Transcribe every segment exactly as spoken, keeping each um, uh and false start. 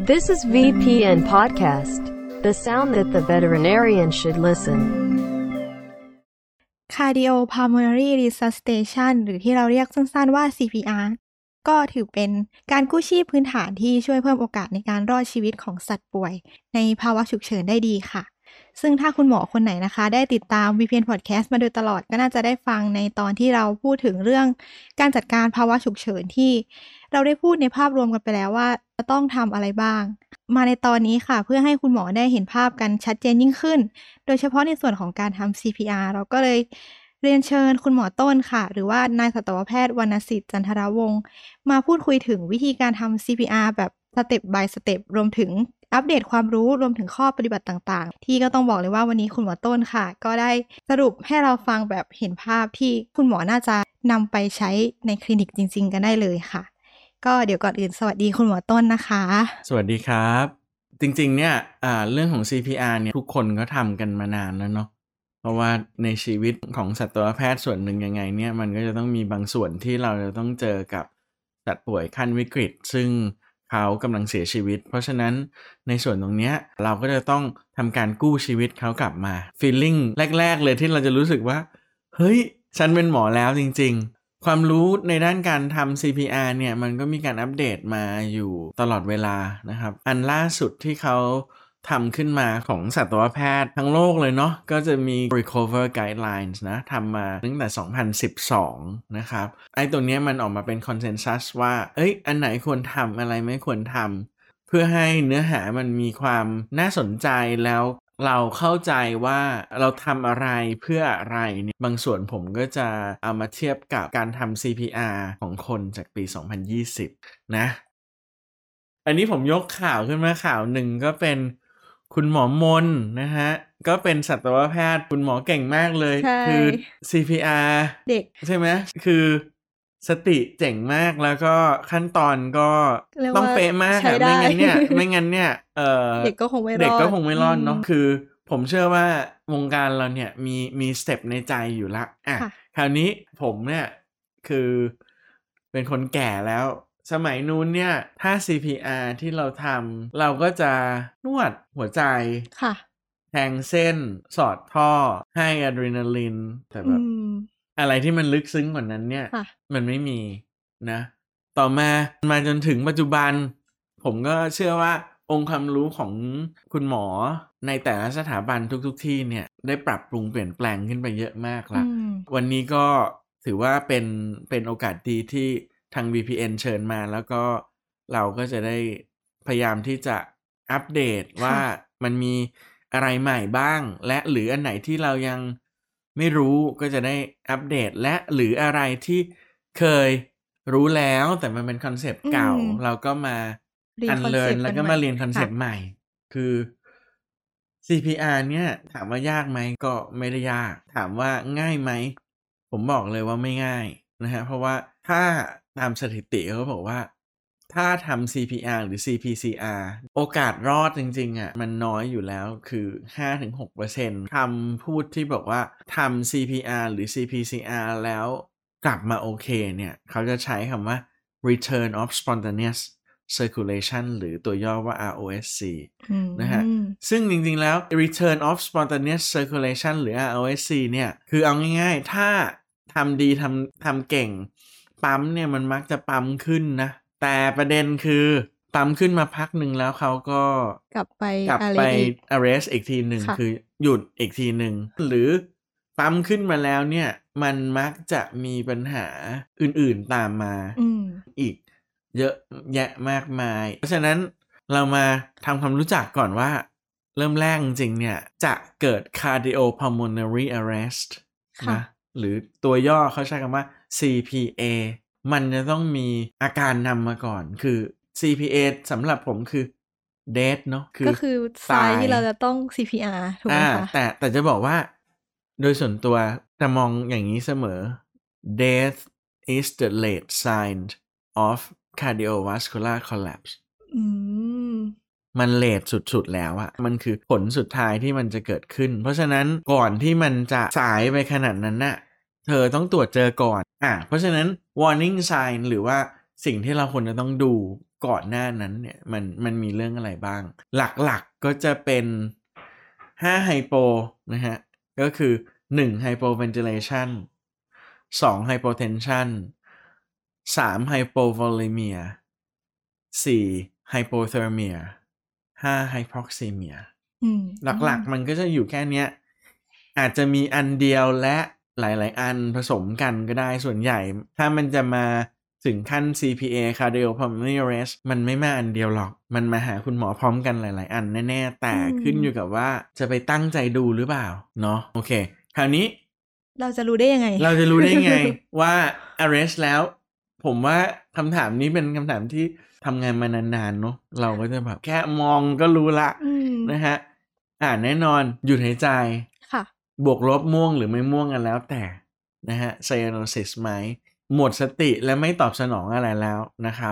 This is วี พี เอ็น Podcast, the sound that the veterinarian should listen. Cardiopulmonary Resuscitation หรือที่เราเรียกสั้นๆว่า ซี พี อาร์ ก็ถือเป็นการกู้ชีพพื้นฐานที่ช่วยเพิ่มโอกาสในการรอดชีวิตของสัตว์ป่วยในภาวะฉุกเฉินได้ดีค่ะซึ่งถ้าคุณหมอคนไหนนะคะได้ติดตาม วี พี เอ็น Podcast มาโดยตลอดก็น่าจะได้ฟังในตอนที่เราพูดถึงเรื่องการจัดการภาวะฉุกเฉินที่เราได้พูดในภาพรวมกันไปแล้วว่าจะต้องทำอะไรบ้างมาในตอนนี้ค่ะเพื่อให้คุณหมอได้เห็นภาพกันชัดเจนยิ่งขึ้นโดยเฉพาะในส่วนของการทำ ซี พี อาร์ เราก็เลยเรียนเชิญคุณหมอต้นค่ะหรือว่านายสัตวแพทย์วรรณสิทธิ์จันทรวงศ์มาพูดคุยถึงวิธีการทำ ซี พี อาร์ แบบสเต็ป by สเต็ปรวมถึงอัปเดตความรู้รวมถึงข้อปฏิบัติต่างๆที่ก็ต้องบอกเลยว่าวันนี้คุณหมอต้นค่ะก็ได้สรุปให้เราฟังแบบเห็นภาพที่คุณหมอน่าจะนำไปใช้ในคลินิกจริงๆกันได้เลยค่ะก็เดี๋ยวก่อนอื่นสวัสดีคุณหมอต้นนะคะสวัสดีครับจริงๆเนี่ยอ่าเรื่องของ ซี พี อาร์ เนี่ยทุกคนก็ทำกันมานานแล้วเนาะเพราะว่าในชีวิตของสัตวแพทย์ส่วนหนึ่งยังไงเนี่ยมันก็จะต้องมีบางส่วนที่เราจะต้องเจอกับสัตว์ป่วยขั้นวิกฤตซึ่งเขากำลังเสียชีวิตเพราะฉะนั้นในส่วนตรงเนี้ยเราก็จะต้องทำการกู้ชีวิตเขากลับมา feeling แรกๆเลยที่เราจะรู้สึกว่าเฮ้ยฉันเป็นหมอแล้วจริงๆความรู้ในด้านการทำ ซี พี อาร์ เนี่ยมันก็มีการอัปเดตมาอยู่ตลอดเวลานะครับอันล่าสุดที่เขาทำขึ้นมาของสัตวแพทย์ทั้งโลกเลยเนาะก็จะมี recover guidelines นะทำมาตั้งแต่สองพันสิบสองนะครับไอ้ตัวเนี้ยมันออกมาเป็น consensus ว่าเอ้ยอันไหนควรทำอะไรไม่ควรทำเพื่อให้เนื้อหามันมีความน่าสนใจแล้วเราเข้าใจว่าเราทำอะไรเพื่ออะไรเนี่ยบางส่วนผมก็จะเอามาเทียบกับการทำ ซี พี อาร์ ของคนจากปีสองพันยี่สิบนะอันนี้ผมยกข่าวขึ้นมาข่าวหนึ่งก็เป็นคุณหมอมนนะฮะก็เป็นสัตวแพทย์คุณหมอเก่งมากเลยคือ ซี พี อาร์เด็กใช่ไหมคือสติเจ๋งมากแล้วก็ขั้นตอนก็ต้องเป๊ะมากอะไม่งั้นเนี่ยไม่งั้นเนี่ยเออเด็กก็คงไม่รอดเด็กก็คงไม่รอดเนาะคือผมเชื่อว่าวงการเราเนี่ยมีมีสเต็ปในใจอยู่ละอ่ะคราวนี้ผมเนี่ยคือเป็นคนแก่แล้วสมัยนู้นเนี่ยถ้า ซี พี อาร์ ที่เราทำเราก็จะนวดหัวใจค่ะแทงเส้นสอดท่อให้อะดรีนาลินแต่แบบอะไรที่มันลึกซึ้งกว่านั้นเนี่ยมันไม่มีนะต่อมามาจนถึงปัจจุบันผมก็เชื่อว่าองค์ความรู้ของคุณหมอในแต่ละสถาบันทุกๆ ที่เนี่ยได้ปรับปรุงเปลี่ยนแปลงขึ้นไปเยอะมากละวันนี้ก็ถือว่าเป็นเป็นโอกาสดีที่ทาง วี พี เอ็น เชิญมาแล้วก็เราก็จะได้พยายามที่จะอัปเดตว่ามันมีอะไรใหม่บ้างและหรืออันไหนที่เรายังไม่รู้ก็จะได้อัปเดตและหรืออะไรที่เคยรู้แล้วแต่มันเป็นคอนเซปต์เก่าเราก็มาอันเลิร์นแล้วก็มาเรียนคอนเซปต์ใหม่คือ ซี พี อาร์ เนี่ยถามว่ายากไหมก็ไม่ได้ยากถามว่าง่ายไหมผมบอกเลยว่าไม่ง่ายนะฮะเพราะว่าถ้าตามสถิติเขาบอกว่าถ้าทำ ซี พี อาร์ หรือ ซี พี ซี อาร์ โอกาสรอดจริงๆอ่ะมันน้อยอยู่แล้วคือ ห้าถึงหกเปอร์เซ็นต์ คำพูดที่บอกว่าทำ ซี พี อาร์ หรือ ซี พี ซี อาร์ แล้วกลับมาโอเคเนี่ยเขาจะใช้คำว่า return of spontaneous circulation หรือตัวย่อว่า อาร์ โอ เอส ซี นะฮะซึ่งจริงๆแล้ว return of spontaneous circulation หรือ อาร์ โอ เอส ซี เนี่ยคือเอาง่ายๆถ้าทำดีทำทำเก่งปั๊มเนี่ยมันมักจะปั๊มขึ้นนะแต่ประเด็นคือปั๊มขึ้นมาพักหนึ่งแล้วเขาก็กลับไปกลับไป arrest อีกทีหนึ่งคือหยุดอีกทีหนึ่งหรือปั๊มขึ้นมาแล้วเนี่ยมันมักจะมีปัญหาอื่นๆตามมาอีกเยอะแยะมากมายเพราะฉะนั้นเรามาทำความรู้จักก่อนว่าเริ่มแรกจริงๆเนี่ยจะเกิด cardiopulmonary arrest นะหรือตัวย่อเขาใช้คำว่า ซี พี เอ มันจะต้องมีอาการนำมาก่อนคือ ซี พี เอ สำหรับผมคือ death เนาะก็คือสายที่เราจะต้อง ซี พี อาร์ ถูกไหมคะแต่แต่จะบอกว่าโดยส่วนตัวจะมองอย่างนี้เสมอ death is the late sign of cardiovascular collapse อืมมันเลทสุดๆแล้วอะมันคือผลสุดท้ายที่มันจะเกิดขึ้นเพราะฉะนั้นก่อนที่มันจะสายไปขนาดนั้นน่ะเธอต้องตรวจเจอก่อนอ่ะเพราะฉะนั้น warning sign หรือว่าสิ่งที่เราควรจะต้องดูก่อนหน้านั้นเนี่ยมันมันมีเรื่องอะไรบ้างหลักๆก็จะเป็นห้าไฮโปนะฮะก็คือหนึ่ง hypoventilation สอง hypotension สาม hypovolemia สี่ hypothermia ห้า hypoxemia หลักๆมันก็จะอยู่แค่เนี้ยอาจจะมีอันเดียวและหลายๆอันผสมกันก็ได้ส่วนใหญ่ถ้ามันจะมาถึงขั้น ซี พี เอ cardiopulmonary arrest มันไม่มาอันเดียวหรอกมันมาหาคุณหมอพร้อมกันหลายๆอันแน่ๆแต่ขึ้นอยู่กับว่าจะไปตั้งใจดูหรือเปล่าเนาะโอเคคราวนี้เราจะรู้ได้ยังไงเราจะรู้ได้ไง ว่า arrest แล้วผมว่าคำถามนี้เป็นคำถามที่ทำงานมานานๆเนาะเราก็จะแบบแค่มองก็รู้ละนะฮะอ่าแน่นอนหยุดหายใจค่ะบวกลบม่วงหรือไม่ม่วงกันแล้วแต่นะฮะ cyanosis ไหมหมดสติและไม่ตอบสนองอะไรแล้วนะครับ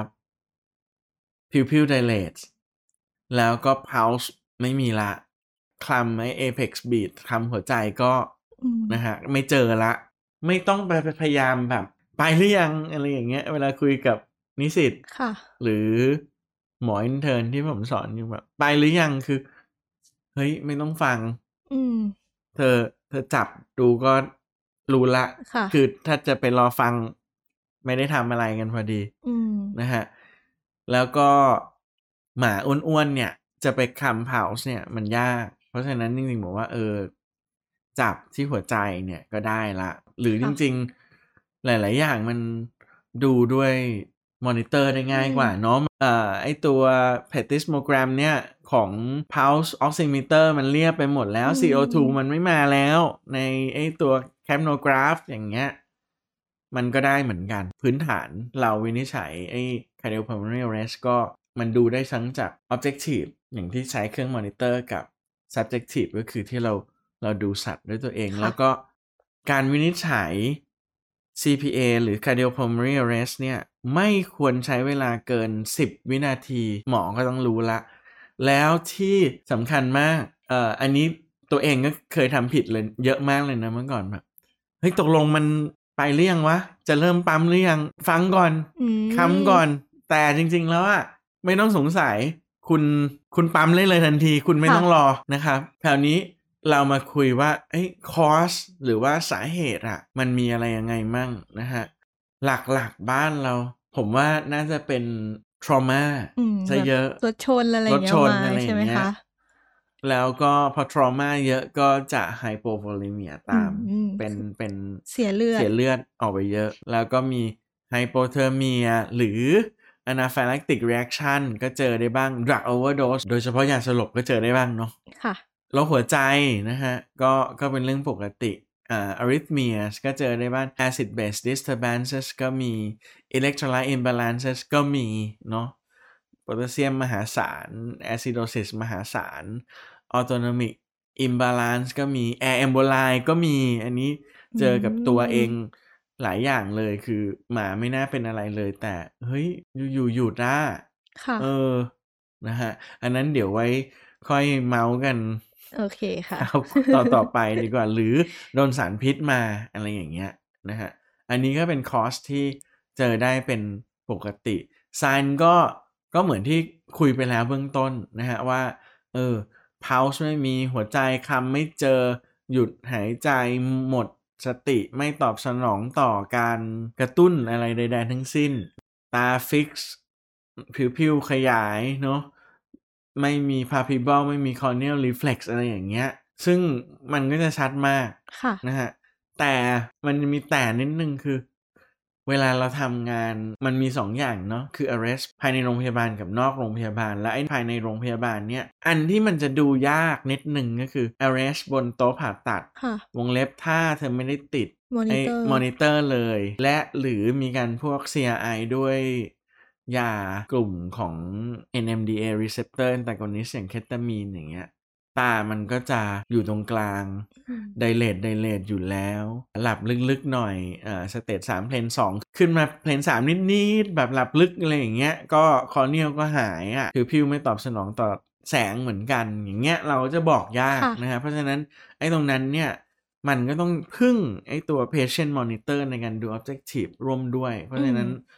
pupil dilate แล้วก็ pulse ไม่มีละคลำไอ้ apex beat คลำหัวใจก็นะฮะไม่เจอละไม่ต้องไปพยายามแบบไปหรือยังอะไรอย่างเงี้ยเวลาคุยกับนิสิตหรือหมออินเทิร์นที่ผมสอนอยู่แบบไปหรือยังคือเฮ้ยไม่ต้องฟังเธอเธอจับดูก็รู้ละคือถ้าจะไปรอฟังไม่ได้ทำอะไรกันพอดีนะฮะแล้วก็หมาอ้วนๆเนี่ยจะไปคลำเพาส์เนี่ยมันยากเพราะฉะนั้นจริงๆบอกว่าเออจับที่หัวใจเนี่ยก็ได้ละหรือจริงๆหลายๆอย่างมันดูด้วยมอนิเตอร์ได้ง่ายกว่าเนาะเอ่อไอตัว plethysmogram เนี่ยของ pulse oximeter มันเรียบไปหมดแล้ว ซี โอ ทู มันไม่มาแล้วในไอตัว capnograph อย่างเงี้ยมันก็ได้เหมือนกันพื้นฐานเราวินิจฉัยไอ้ cardiopulmonary arrest ก็มันดูได้ทั้งจาก objective อย่างที่ใช้เครื่องมอนิเตอร์กับ subjective ก็คือที่เราเราดูสัตว์ด้วยตัวเองแล้วก็การวินิจฉัย ซี พี เอ หรือ cardiopulmonary arrest เนี่ยไม่ควรใช้เวลาเกินสิบวินาทีหมอก็ต้องรู้ละแล้วที่สำคัญมากเอ่ออันนี้ตัวเองก็เคยทำผิดเลยเยอะมากเลยนะเมื่อก่อนแบบเฮ้ยตกลงมันไปหรือยังวะจะเริ่มปั๊มหรือยังฟังก่อนค้ำก่อนแต่จริงๆแล้วอะไม่ต้องสงสัยคุณคุณปั๊มเลยเลยทันทีคุณไม่ต้องรอนะครับคราวนี้เรามาคุยว่าไอ้คอสหรือว่าสาเหตุอะมันมีอะไรยังไงมั่งนะฮะหลักๆบ้านเราผมว่าน่าจะเป็น trauma ซะเยอะรถชนอะไรอย่างเงี้ยมาใช่ไหมคะแล้วก็พอ trauma เยอะก็จะ hypovolemia ตามเป็นเป็นเสียเลือดเสียเลือดออกไปเยอะแล้วก็มี hypothermia หรือ anaphylactic reaction ก็เจอได้บ้าง drug overdose โดยเฉพาะยาสลบก็เจอได้บ้างเนาะค่ะโรคหัวใจนะฮะก็ก็เป็นเรื่องปกติอ่า arrhythmias ก็เจอได้บ้าง acid base disturbances ก็มี electrolyte imbalances ก็มีเนาะโพแทสเซียมมหาศาล acidosis มหาศาล autonomic imbalance ก็มี air emboli ก็มีอันนี้เจอกับตัวเองหลายอย่างเลยคือหมาไม่น่าเป็นอะไรเลยแต่เฮ้ยอยู่ๆหยุดอ่ะเออนะฮะอันนั้นเดี๋ยวไว้ค่อยเมาส์กันโอเคค่ะต่อต่อไปดีกว่าหรือโดนสารพิษมาอะไรอย่างเงี้ยนะฮะอันนี้ก็เป็นคอสที่เจอได้เป็นปกติไซน์ก็ก็เหมือนที่คุยไปแล้วเบื้องต้นนะฮะว่าเออพาวส์ไม่มีหัวใจคำไม่เจอหยุดหายใจหมดสติไม่ตอบสนองต่อการกระตุ้นอะไรใดๆทั้งสิ้นตาฟิกซ์ผิวๆขยายเนาะไม่มี palpebral ไม่มี corneal reflex อะไรอย่างเงี้ยซึ่งมันก็จะชัดมากนะฮะแต่มันมีแต่นิดนึงคือเวลาเราทำงานมันมีสองอย่างเนาะคือ arrest ภายในโรงพยาบาลกับนอกโรงพยาบาลและไอ้ภายในโรงพยาบาลเนี่ยอันที่มันจะดูยากนิดนึงก็คือ arrest บนโต๊ะผ่าตัดวงเล็บถ้าเธอไม่ได้ติดไอ้มอนิเตอร์เลยและหรือมีการพวก ซี อาร์ ไอ ด้วยยากลุ่มของ เอ็น เอ็ม ดี เอ receptor antagonist อย่างเคตามีนอย่างเงี้ยตามันก็จะอยู่ตรงกลางไดเลทไดเลทอยู่แล้วหลับลึกๆหน่อยอ่าสเตจสามเพลนสองขึ้นมาเพลนสามนิดๆแบบหลับลึกอะไรอย่างเงี้ยก็คอเนียลก็หายอ่ะคือผิวไม่ตอบสนองต่อแสงเหมือนกันอย่างเงี้ยเราจะบอกยากนะฮะเพราะฉะนั้นไอ้ตรงนั้นเนี่ยมันก็ต้องพึ่งไอ้ตัว patient monitor ในการดู objective ร่วมด้วยเพราะฉะนั้น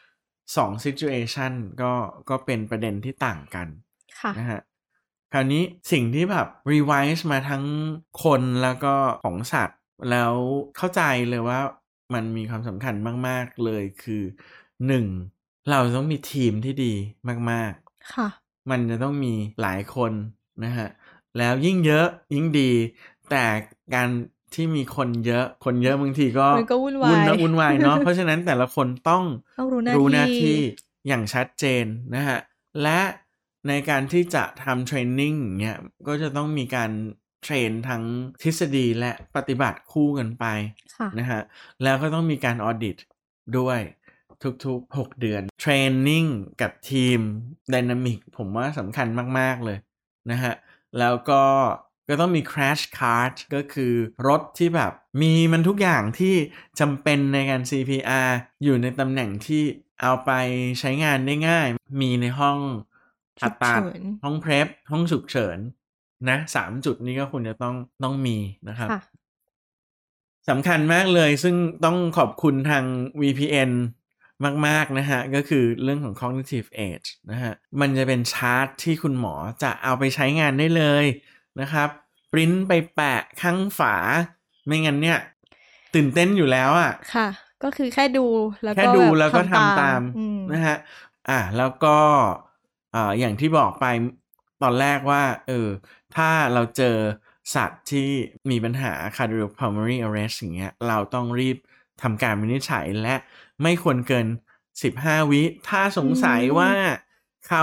สอง situation ก็ก็เป็นประเด็นที่ต่างกันนะฮะคราวนี้สิ่งที่แบบ revise มาทั้งคนแล้วก็ของสัตว์แล้วเข้าใจเลยว่ามันมีความสำคัญมากๆเลยคือหนึ่งเราต้องมีทีมที่ดีมากๆค่ะมันจะต้องมีหลายคนนะฮะแล้วยิ่งเยอะยิ่งดีแต่การที่มีคนเยอะคนเยอะบางทีก็มันก็วุ่นวายวุ่นวายเนาะ เพราะฉะนั้นแต่ละคนต้องต้องรู้หน้ารู้หน้าที่ที่อย่างชัดเจนนะฮะและในการที่จะทำเทรนนิ่งอย่างเงี้ยก็จะต้องมีการเทรนทั้งทฤษฎีและปฏิบัติคู่กันไปนะฮะแล้วก็ต้องมีการออดิตด้วยทุกๆหกเดือนเทรนนิ่งกับทีมไดนามิกผมว่าสำคัญมากๆเลยนะฮะแล้วก็ก็ต้องมี crash cart ก็คือรถที่แบบมีมันทุกอย่างที่จำเป็นในการ ซี พี อาร์ อยู่ในตำแหน่งที่เอาไปใช้งานได้ง่ายมีในห้องผ่าตัดห้องเพลฟห้องฉุกเฉินนะสามจุดนี้ก็ควรจะต้องต้องมีนะครับสำคัญมากเลยซึ่งต้องขอบคุณทาง วี พี เอ็น มากๆนะฮะก็คือเรื่องของ cognitive age นะฮะมันจะเป็นชาร์ตที่คุณหมอจะเอาไปใช้งานได้เลยนะครับปริ้นไปแปะข้างฝาไม่งั้นเนี่ยตื่นเต้นอยู่แล้วอ่ะค่ะก็คือแค่ดูแล้วก็แค่ดูแล้วก็ทำตามนะฮะอ่ะแล้วก็อ่าอย่างที่บอกไปตอนแรกว่าเออถ้าเราเจอสัตว์ที่มีปัญหา cardiopulmonary arrest อย่างเงี้ยเราต้องรีบทำการวินิจฉัยและไม่ควรเกินสิบห้าวิถ้าสงสัยว่าเขา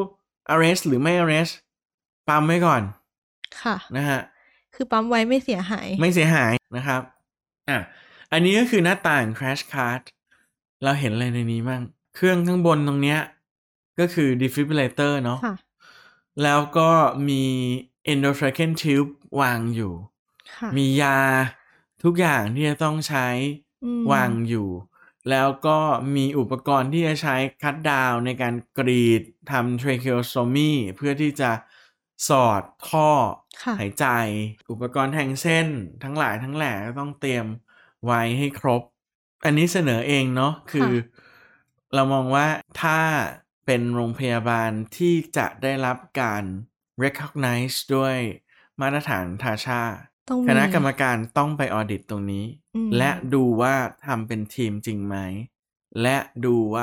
arrest หรือไม่ arrest ปั๊มไว้ก่อนค่ะนะฮะคือปั๊มไว้ไม่เสียหายไม่เสียหายนะครับอ่ะอันนี้ก็คือหน้าตาของ crash cart เราเห็นอะไรในนี้บ้างเครื่องข้างบนตรงเนี้ยก็คือ defibrillator เนาะแล้วก็มี endotracheal tube วางอยู่มียาทุกอย่างที่จะต้องใช้วางอยู่แล้วก็มีอุปกรณ์ที่จะใช้คัตดาวในการกรีดทำ tracheostomy เพื่อที่จะสอดท่อหายใจอุปกรณ์แทงเส้นทั้งหลายทั้งแหล่ก็ต้องเตรียมไว้ให้ครบอันนี้เสนอเองเนาะคือเรามองว่าถ้าเป็นโรงพยาบาลที่จะได้รับการ recognize ด้วยมาตรฐานทาชาคณะกรรมการต้องไปออดิตตรงนี้และดูว่าทำเป็นทีมจริงไหมและดูว่า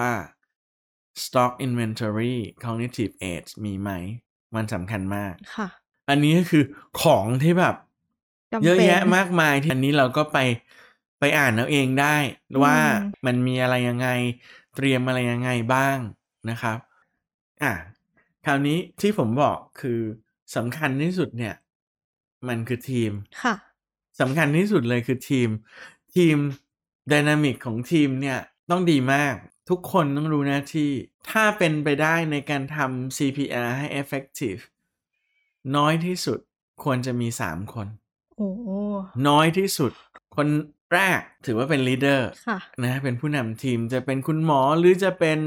stock inventory cognitive age มีไหมมันสำคัญมากค่ะอันนี้ก็คือของที่แบบเยอะแยะมากมายที่อันนี้เราก็ไปไปอ่านเอาเองได้ว่ามันมีอะไรยังไงเตรียมอะไรยังไงบ้างนะครับอ่ะคราวนี้ที่ผมบอกคือสำคัญที่สุดเนี่ยมันคือทีมค่ะสำคัญที่สุดเลยคือทีมทีมไดนามิกของทีมเนี่ยต้องดีมากทุกคนต้องรู้หน้าที่ถ้าเป็นไปได้ในการทำ ซี พี อาร์ ให้ effective น้อยที่สุดควรจะมีสามคนโอ้น้อยที่สุดคนแรกถือว่าเป็น leader ค่ะนะเป็นผู้นำทีมจะเป็นคุณหมอหรือจะเป็น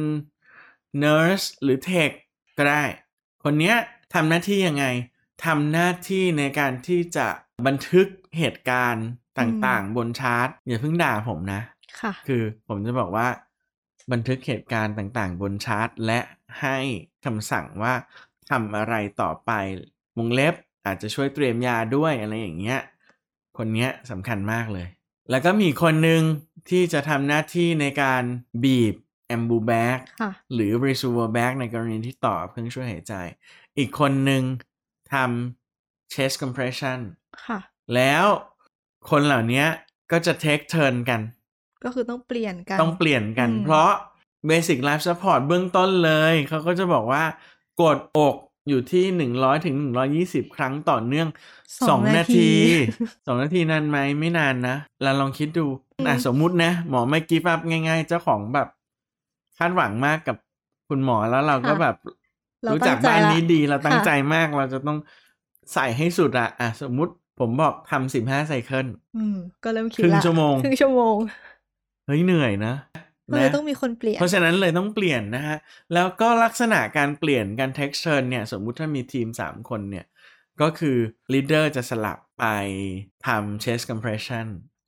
nurse หรือ tech ก็ได้คนเนี้ยทำหน้าที่ยังไงทำหน้าที่ในการที่จะบันทึกเหตุการณ์ต่างๆบนชาร์ตอย่าเพิ่งด่าผมนะค่ะคือผมจะบอกว่าบันทึกเหตุการณ์ต่างๆบนชาร์ตและให้คำสั่งว่าทำอะไรต่อไปวงเล็บอาจจะช่วยเตรียมยาด้วยอะไรอย่างเงี้ยคนเนี้ยสำคัญมากเลยแล้วก็มีคนหนึ่งที่จะทำหน้าที่ในการบีบแอมบูแบกหรือ reservoir bag ในกรณีที่ต่อเครื่องช่วยหายใจอีกคนหนึ่งทำ chest compression ค่ะแล้วคนเหล่านี้ก็จะ take turn กันก็คือต้องเปลี่ยนกันต้องเปลี่ยนกันเพราะ basic life support เบื้องต้นเลยเขาก็จะบอกว่ากดอกอยู่ที่หนึ่งร้อยถึงหนึ่งร้อยยี่สิบครั้งต่อเนื่องสองนาทีสองนาทีนานไหมไม่นานนะเราลองคิดดูอ่ะสมมุตินะหมอไม่give upง่ายๆเจ้าของแบบคาดหวังมากกับคุณหมอแล้วเราก็แบบรู้จักบ้านนี้ดีเราตั้งใจมากเราจะต้องใส่ให้สุดอ่ะอ่ะสมมุติผมบอกทำสิบห้าไซเคิลอืมก็เริ่มคิดละครึ่งชั่วโมงครึ่งชั่วโมงเฮ้ยเหนื่อยนะเลยต้องมีคนเปลี่ยนเพราะฉะนั้นเลยต้องเปลี่ยนนะฮะแล้วก็ลักษณะการเปลี่ยนการ take turn เนี่ยสมมุติถ้ามีทีมสามคนเนี่ยก็คือ leader จะสลับไปทำ chest compression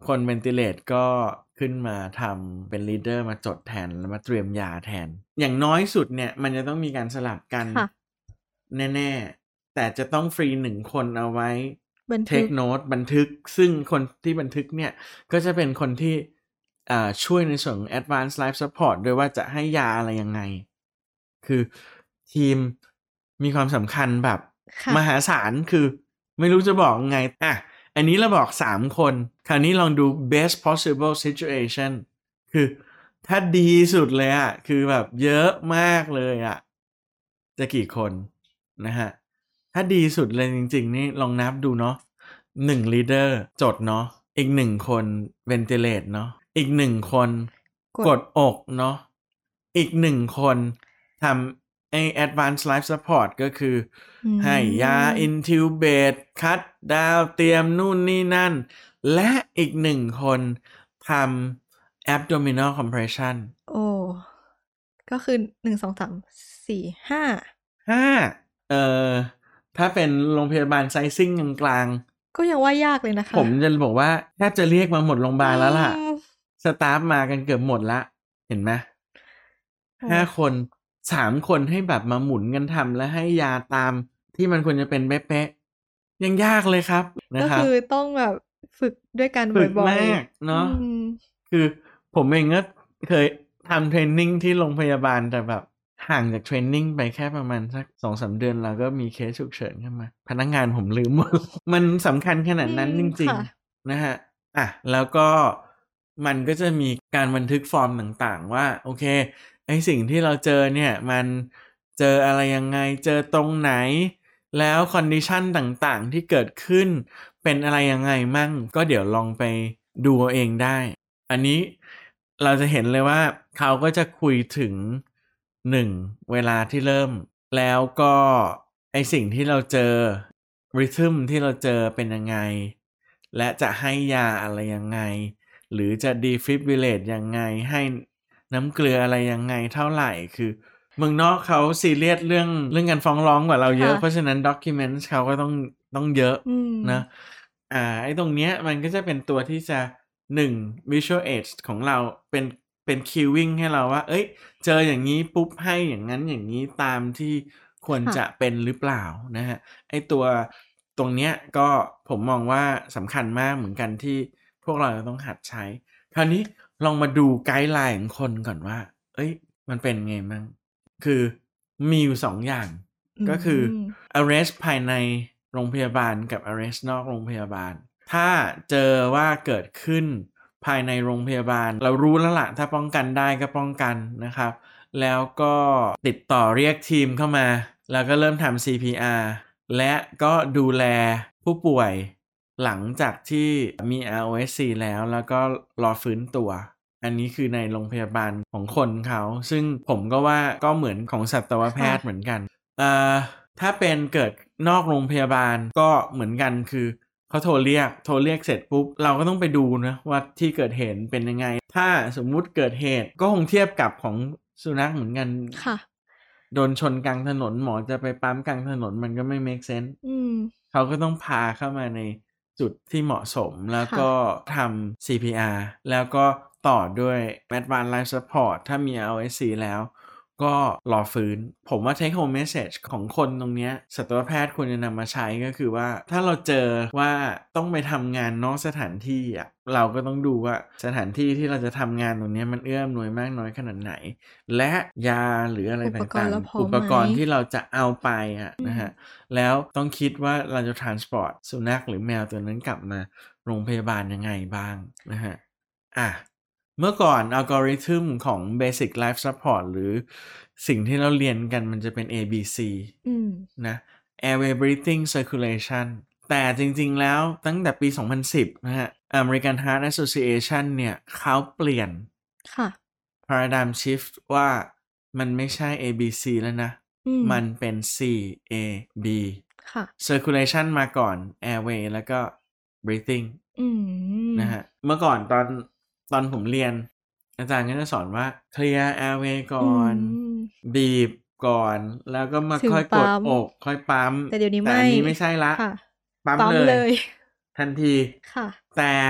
คนเวนติเลตก็ขึ้นมาทำเป็นลีดเดอร์มาจดแทนแล้วมาเตรียมยาแทนอย่างน้อยสุดเนี่ยมันจะต้องมีการสลับกันแน่ๆแต่จะต้องฟรีหนึ่งคนเอาไว้เทคโนตบันทึกซึ่งคนที่บันทึกเนี่ยก็จะเป็นคนที่ช่วยในส่วนของ Advanced Life Support ด้วยว่าจะให้ยาอะไรยังไงคือทีมมีความสำคัญแบบมหาศาลคือไม่รู้จะบอกไงอ่ะอันนี้เราบอกสามคนคราวนี้ลองดู best possible situation คือถ้าดีสุดเลยอ่ะคือแบบเยอะมากเลยอ่ะจะกี่คนนะฮะถ้าดีสุดเลยจริงๆนี่ลองนับดูเนาะหนึ่ง leader จดเนาะอีกหนึ่งคน ventilate เนาะอีกหนึ่งคนกดอกเนาะอีกหนึ่งคนทำไอ้ advanced life support ก็คือให้ยา intubate cut down เตรียมนู่นนี่นั่นและอีกหนึ่งคนทำ abdominal compression โอ้ก็คือหนึ่ง สอง สาม สี่ ห้าห้าเอ่อถ้าเป็นโรงพยาบาลไซซิ่งกลางๆก็ยังว่ายากเลยนะคะผมจะบอกว่าแทบจะเรียกมาหมดโรงพยาบาลแล้วล่ะสตาฟมากันเกือบหมดละเห็นไหมห้าคนสามคนให้แบบมาหมุนกันทำและให้ยาตามที่มันควรจะเป็นเป๊ะๆยังยากเลยครับนะครับก็คือต้องแบบฝึกด้วยกันบ่อยๆฝึกมากเนาะคือผมเองก็เคยทำเทรนนิ่งที่โรงพยาบาลแต่แบบห่างจากเทรนนิ่งไปแค่ประมาณสัก สองสาม เดือนเราก็มีเคสฉุกเฉินขึ้นมาพนักงานผมลืมหมด มันสำคัญขนาดนั้นจริงๆนะฮะอ่ะแล้วก็มันก็จะมีการบันทึกฟอร์มต่างๆว่าโอเคไอ้สิ่งที่เราเจอเนี่ยมันเจออะไรยังไงเจอตรงไหนแล้วคอนดิชันต่างๆที่เกิดขึ้นเป็นอะไรยังไงมั่งก็เดี๋ยวลองไปดูเอาเองได้อันนี้เราจะเห็นเลยว่าเขาก็จะคุยถึงหนึ่งเวลาที่เริ่มแล้วก็ไอสิ่งที่เราเจอริทึมที่เราเจอเป็นยังไงและจะให้ยาอะไรยังไงหรือจะ defibrillate ยังไงให้น้ำเกลืออะไรยังไงเท่าไหร่คือเมืองนอกเขาซีเรียสเรื่องเรื่องการฟ้องร้องกว่าเราเยอะเพราะฉะนั้น documents เขาก็ต้องต้องเยอะนะอ่าไอ้ตรงเนี้ยมันก็จะเป็นตัวที่จะหนึ่ง visual aid ของเราเป็นเป็น cueing ให้เราว่าเอ้ยเจออย่างนี้ปุ๊บให้อย่างนั้นอย่างนี้ตามที่ควรจะเป็นหรือเปล่านะฮะไอ้ตัวตรงเนี้ยก็ผมมองว่าสำคัญมากเหมือนกันที่พวกเราต้องหัดใช้คราวนี้ลองมาดูไกด์ไลน์ของคนก่อนว่าเอ้ยมันเป็นไงมั่งคือมีอยู่สองอย่างก็คือ arrest ภายในโรงพยาบาลกับ arrest นอกโรงพยาบาลถ้าเจอว่าเกิดขึ้นภายในโรงพยาบาลเรารู้แล้วล่ะถ้าป้องกันได้ก็ป้องกันนะครับแล้วก็ติดต่อเรียกทีมเข้ามาแล้วก็เริ่มทำ ซี พี อาร์ และก็ดูแลผู้ป่วยหลังจากที่มี อาร์ โอ เอส ซี แล้วแล้วก็รอฟื้นตัวอันนี้คือในโรงพยาบาลของคนเขาซึ่งผมก็ว่าก็เหมือนของสัตวแพทย์เหมือนกันอ่าถ้าเป็นเกิดนอกโรงพยาบาลก็เหมือนกันคือเขาโทรเรียกโทรเรียกเสร็จปุ๊บเราก็ต้องไปดูนะว่าที่เกิดเหตุเป็นยังไงถ้าสมมุติเกิดเหตุก็คงเทียบกับของสุนัขเหมือนกันค่ะโดนชนกลางถนนหมอจะไปปั๊มกลางถนนมันก็ไม่ make sense อืมเขาก็ต้องพาเข้ามาในจุดที่เหมาะสมแล้วก็ทำ ซี พี อาร์ แล้วก็ต่อด้วย Advanced Life Support ถ้ามี อาร์ โอ เอส ซี แล้วก็รอฟื้นผมว่า take home message ของคนตรงนี้สัตวแพทย์ควรจะนำมาใช้ก็คือว่าถ้าเราเจอว่าต้องไปทำงานนอกสถานที่อ่ะเราก็ต้องดูว่าสถานที่ที่เราจะทำงานตรงนี้มันเอื้ออำนวยมากน้อยขนาดไหนและยาหรืออะไรต่างๆอุปกรณ์ที่เราจะเอาไปอ่ะนะฮะแล้วต้องคิดว่าเราจะ transport สุนัขหรือแมวตัวนั้นกลับมาโรงพยาบาลยังไงบ้างนะฮะอ่ะเมื่อก่อนอัลกอริทึมของ Basic Life Support หรือสิ่งที่เราเรียนกันมันจะเป็น เอ บี ซี นะ Airway Breathing Circulation แต่จริงๆแล้วตั้งแต่ปีสองพันสิบนะฮะ American Heart Association เนี่ยเขาเปลี่ยนค่ะ Paradigm Shift ว่ามันไม่ใช่ เอ บี ซี แล้วนะมันเป็น ซี เอ บีค่ะ Circulation มาก่อน Airway แล้วก็ Breathing นะฮะเมื่อก่อนตอนตอนผมเรียนอาจารย์ก็จะสอนว่า clear airway ก่อนบีบก่อนแล้วก็มาค่อยกดอกค่อยปั๊มแต่เดี๋ยวนี้ไม่แต่อันนี้ไม่ใช่ละปั๊มเลยทันทีแต่ผ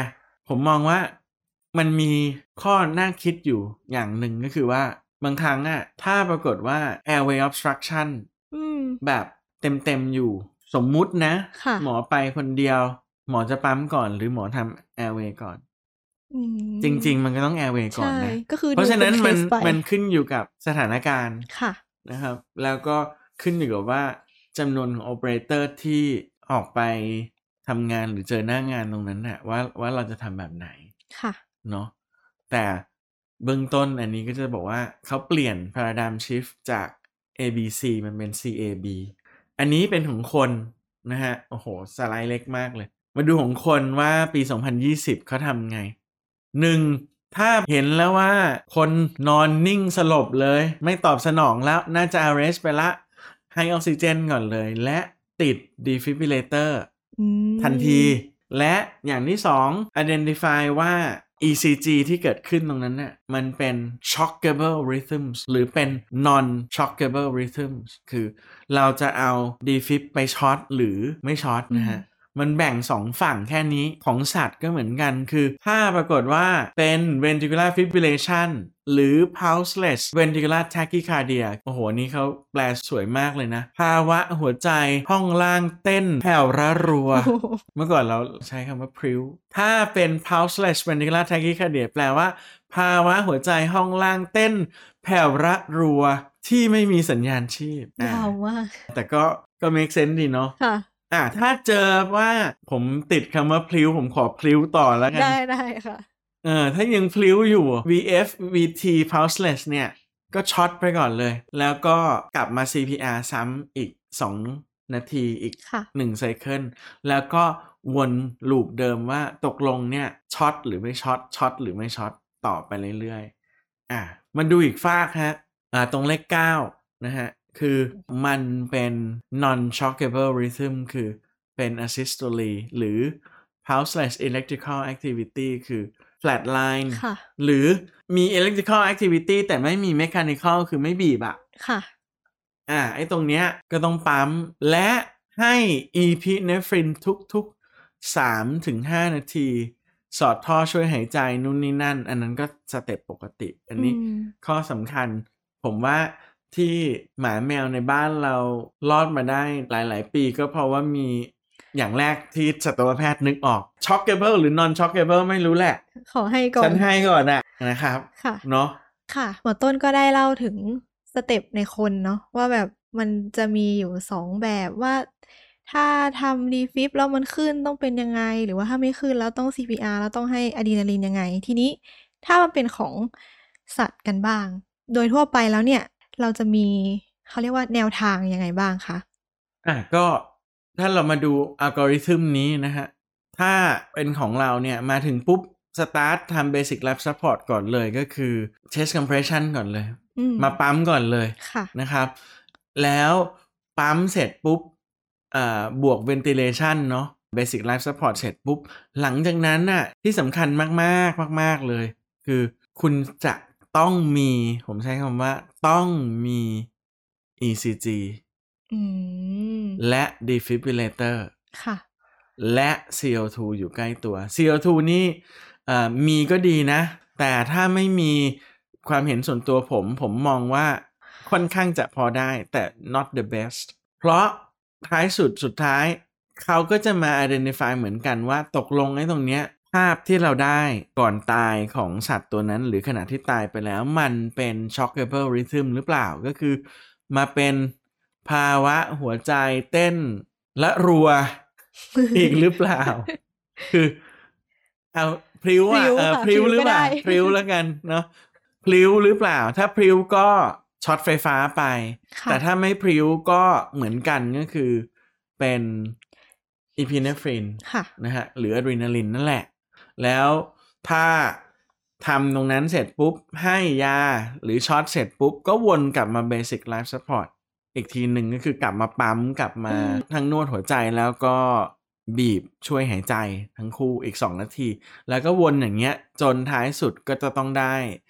ผมมองว่ามันมีข้อน่าคิดอยู่อย่างหนึ่งก็คือว่าบางครั้งอะถ้าปรากฏว่า airway obstruction แบบเต็มๆอยู่สมมุตินะหมอไปคนเดียวหมอจะปั๊มก่อนหรือหมอทำ airway ก่อนจริงๆมันก็ต้อง airway ก่อนนะเพราะฉะนั้นมันมันขึ้นอยู่กับสถานการณ์นะครับแล้วก็ขึ้นอยู่กับว่าจำนวนของ operator ที่ออกไปทำงานหรือเจอหน้างานตรงนั้นน่ะว่าว่าเราจะทำแบบไหนค่ะเนาะแต่เบื้องต้นอันนี้ก็จะบอกว่าเขาเปลี่ยน paradigm shift จาก A B C มันเป็น C A B อันนี้เป็นของคนนะฮะโอ้โหสไลด์เล็กมากเลยมาดูของคนว่าปีสองพันยี่สิบเขาทำไงหนึ่งถ้าเห็นแล้วว่าคนนอนนิ่งสลบเลยไม่ตอบสนองแล้วน่าจะ arrest ไปละให้ออกซิเจนก่อนเลยและติด defibrillator ทันทีและอย่างที่สอง identify ว่า อี ซี จี ที่เกิดขึ้นตรงนั้นน่ะมันเป็น shockable rhythms หรือเป็น non shockable rhythms คือเราจะเอา defib ไปช็อตหรือไม่ช็อตนะฮะมันแบ่งสองฝั่งแค่นี้ของสัตว์ก็เหมือนกันคือถ้าปรากฏว่าเป็น ventricular fibrillation หรือ pulseless ventricular tachycardia โอ้โหนี่เขาแปลสวยมากเลยนะภาวะหัวใจห้องล่างเต้นแผ่วระรัว เมื่อก่อนเราใช้คำว่าพริ้วถ้าเป็น pulseless ventricular tachycardia แปลว่าภาวะหัวใจห้องล่างเต้นแผ่วระรัวที่ไม่มีสัญญาณชีพยาวมากแต่ก็ก็ make sense ดีเนาะค่ะอ่ะถ้าเจอว่าผมติดคำว่าพลิ้วผมขอพลิ้วต่อแล้วกันได้ได้ค่ะเออถ้ายังพลิ้วอยู่ วี เอฟ วี ที pulseless เนี่ยก็ช็อตไปก่อนเลยแล้วก็กลับมา ซี พี อาร์ ซ้ำอีกสองนาทีอีกหนึ่งไซเคิลแล้วก็วนลูปเดิมว่าตกลงเนี่ยช็อตหรือไม่ช็อตช็อตหรือไม่ช็อตต่อไปเรื่อยๆอ่ะมาดูอีกฟากฮะอ่าตรงเลขเก้านะฮะคือมันเป็น non shockable rhythm คือเป็น asystole หรือ pulseless electrical activity คือ flatline หรือมี electrical activity แต่ไม่มี mechanical คือไม่บีบอะค่ะอ่าไอ้ตรงเนี้ยก็ต้องปั๊มและให้ epinephrine ทุกๆ สามถึงห้า นาทีสอดท่อช่วยหายใจนู่นนี่นั่นอันนั้นก็สเต็ปปกติอันนี้ข้อสำคัญผมว่าที่หมาแมวในบ้านเรารอดมาได้หลายๆปีก็เพราะว่ามีอย่างแรกที่สัตวแพทย์นึกออก shockable หรือ non shockable ไม่รู้แหละขอให้ก่อนฉันให้ก่อนอะนะครับค่ะเนาะค่ะหมอต้นก็ได้เล่าถึงสเต็ปในคนเนาะว่าแบบมันจะมีอยู่สองแบบว่าถ้าทำดีฟิปแล้วมันขึ้นต้องเป็นยังไงหรือว่าถ้าไม่ขึ้นแล้วต้อง ซี พี อาร์ แล้วต้องให้อะดรีนาลินยังไงทีนี้ถ้ามันเป็นของสัตว์กันบ้างโดยทั่วไปแล้วเนี่ยเราจะมีเขาเรียกว่าแนวทางยังไงบ้างคะอ่ะก็ถ้าเรามาดูอัลกอริทึมนี้นะฮะถ้าเป็นของเราเนี่ยมาถึงปุ๊บสตาร์ททำ Basic Lab Support ก่อนเลยก็คือ Chest Compression ก่อนเลยมาปั๊มก่อนเลยนะครับแล้วปั๊มเสร็จปุ๊บอ่าบวก Ventilation เนาะ Basic Life Support เสร็จปุ๊บหลังจากนั้นน่ะที่สำคัญมากๆมากๆเลยคือคุณจะต้องมีผมใช้คำว่าต้องมี อี ซี จี และ defibrillator ค่ะและ ซี โอ ทู อยู่ใกล้ตัว ซี โอ ทู นี่มีก็ดีนะแต่ถ้าไม่มีความเห็นส่วนตัวผมผมมองว่าค่อนข้างจะพอได้แต่ not the best เพราะท้ายสุดสุดท้ายเขาก็จะมา identify เหมือนกันว่าตกลงไอ้ตรงเนี้ยภาพที่เราได้ก่อนตายของสัตว์ตัวนั้นหรือขณะที่ตายไปแล้วมันเป็น shockable rhythm หรือเปล่าก็คือมาเป็นภาวะหัวใจเต้นและรัว อีกหรือเปล่า คือเอาพริ้วอ่ะเออพริ้วหรือเปล่าพริ้วแล้วกันเนาะพริ้วหรือเปล่าถ้าพริ้วก็ช็อตไฟฟ้าไปแต่ถ้าไม่พริ้วก็เหมือนกันก็คือเป็นอีพิเนฟรินนะฮะหรืออะดรีนาลินนั่นแหละแล้วถ้าทำตรงนั้นเสร็จปุ๊บให้ยาหรือช็อตเสร็จปุ๊บก็วนกลับมา Basic Life Support อีกทีหนึ่งก็คือกลับมาปั๊มกลับมาทั้งนวดหัวใจแล้วก็บีบช่วยหายใจทั้งคู่อีกสองนาทีแล้วก็วนอย่างเงี้ยจนท้ายสุดก็จะต้องได้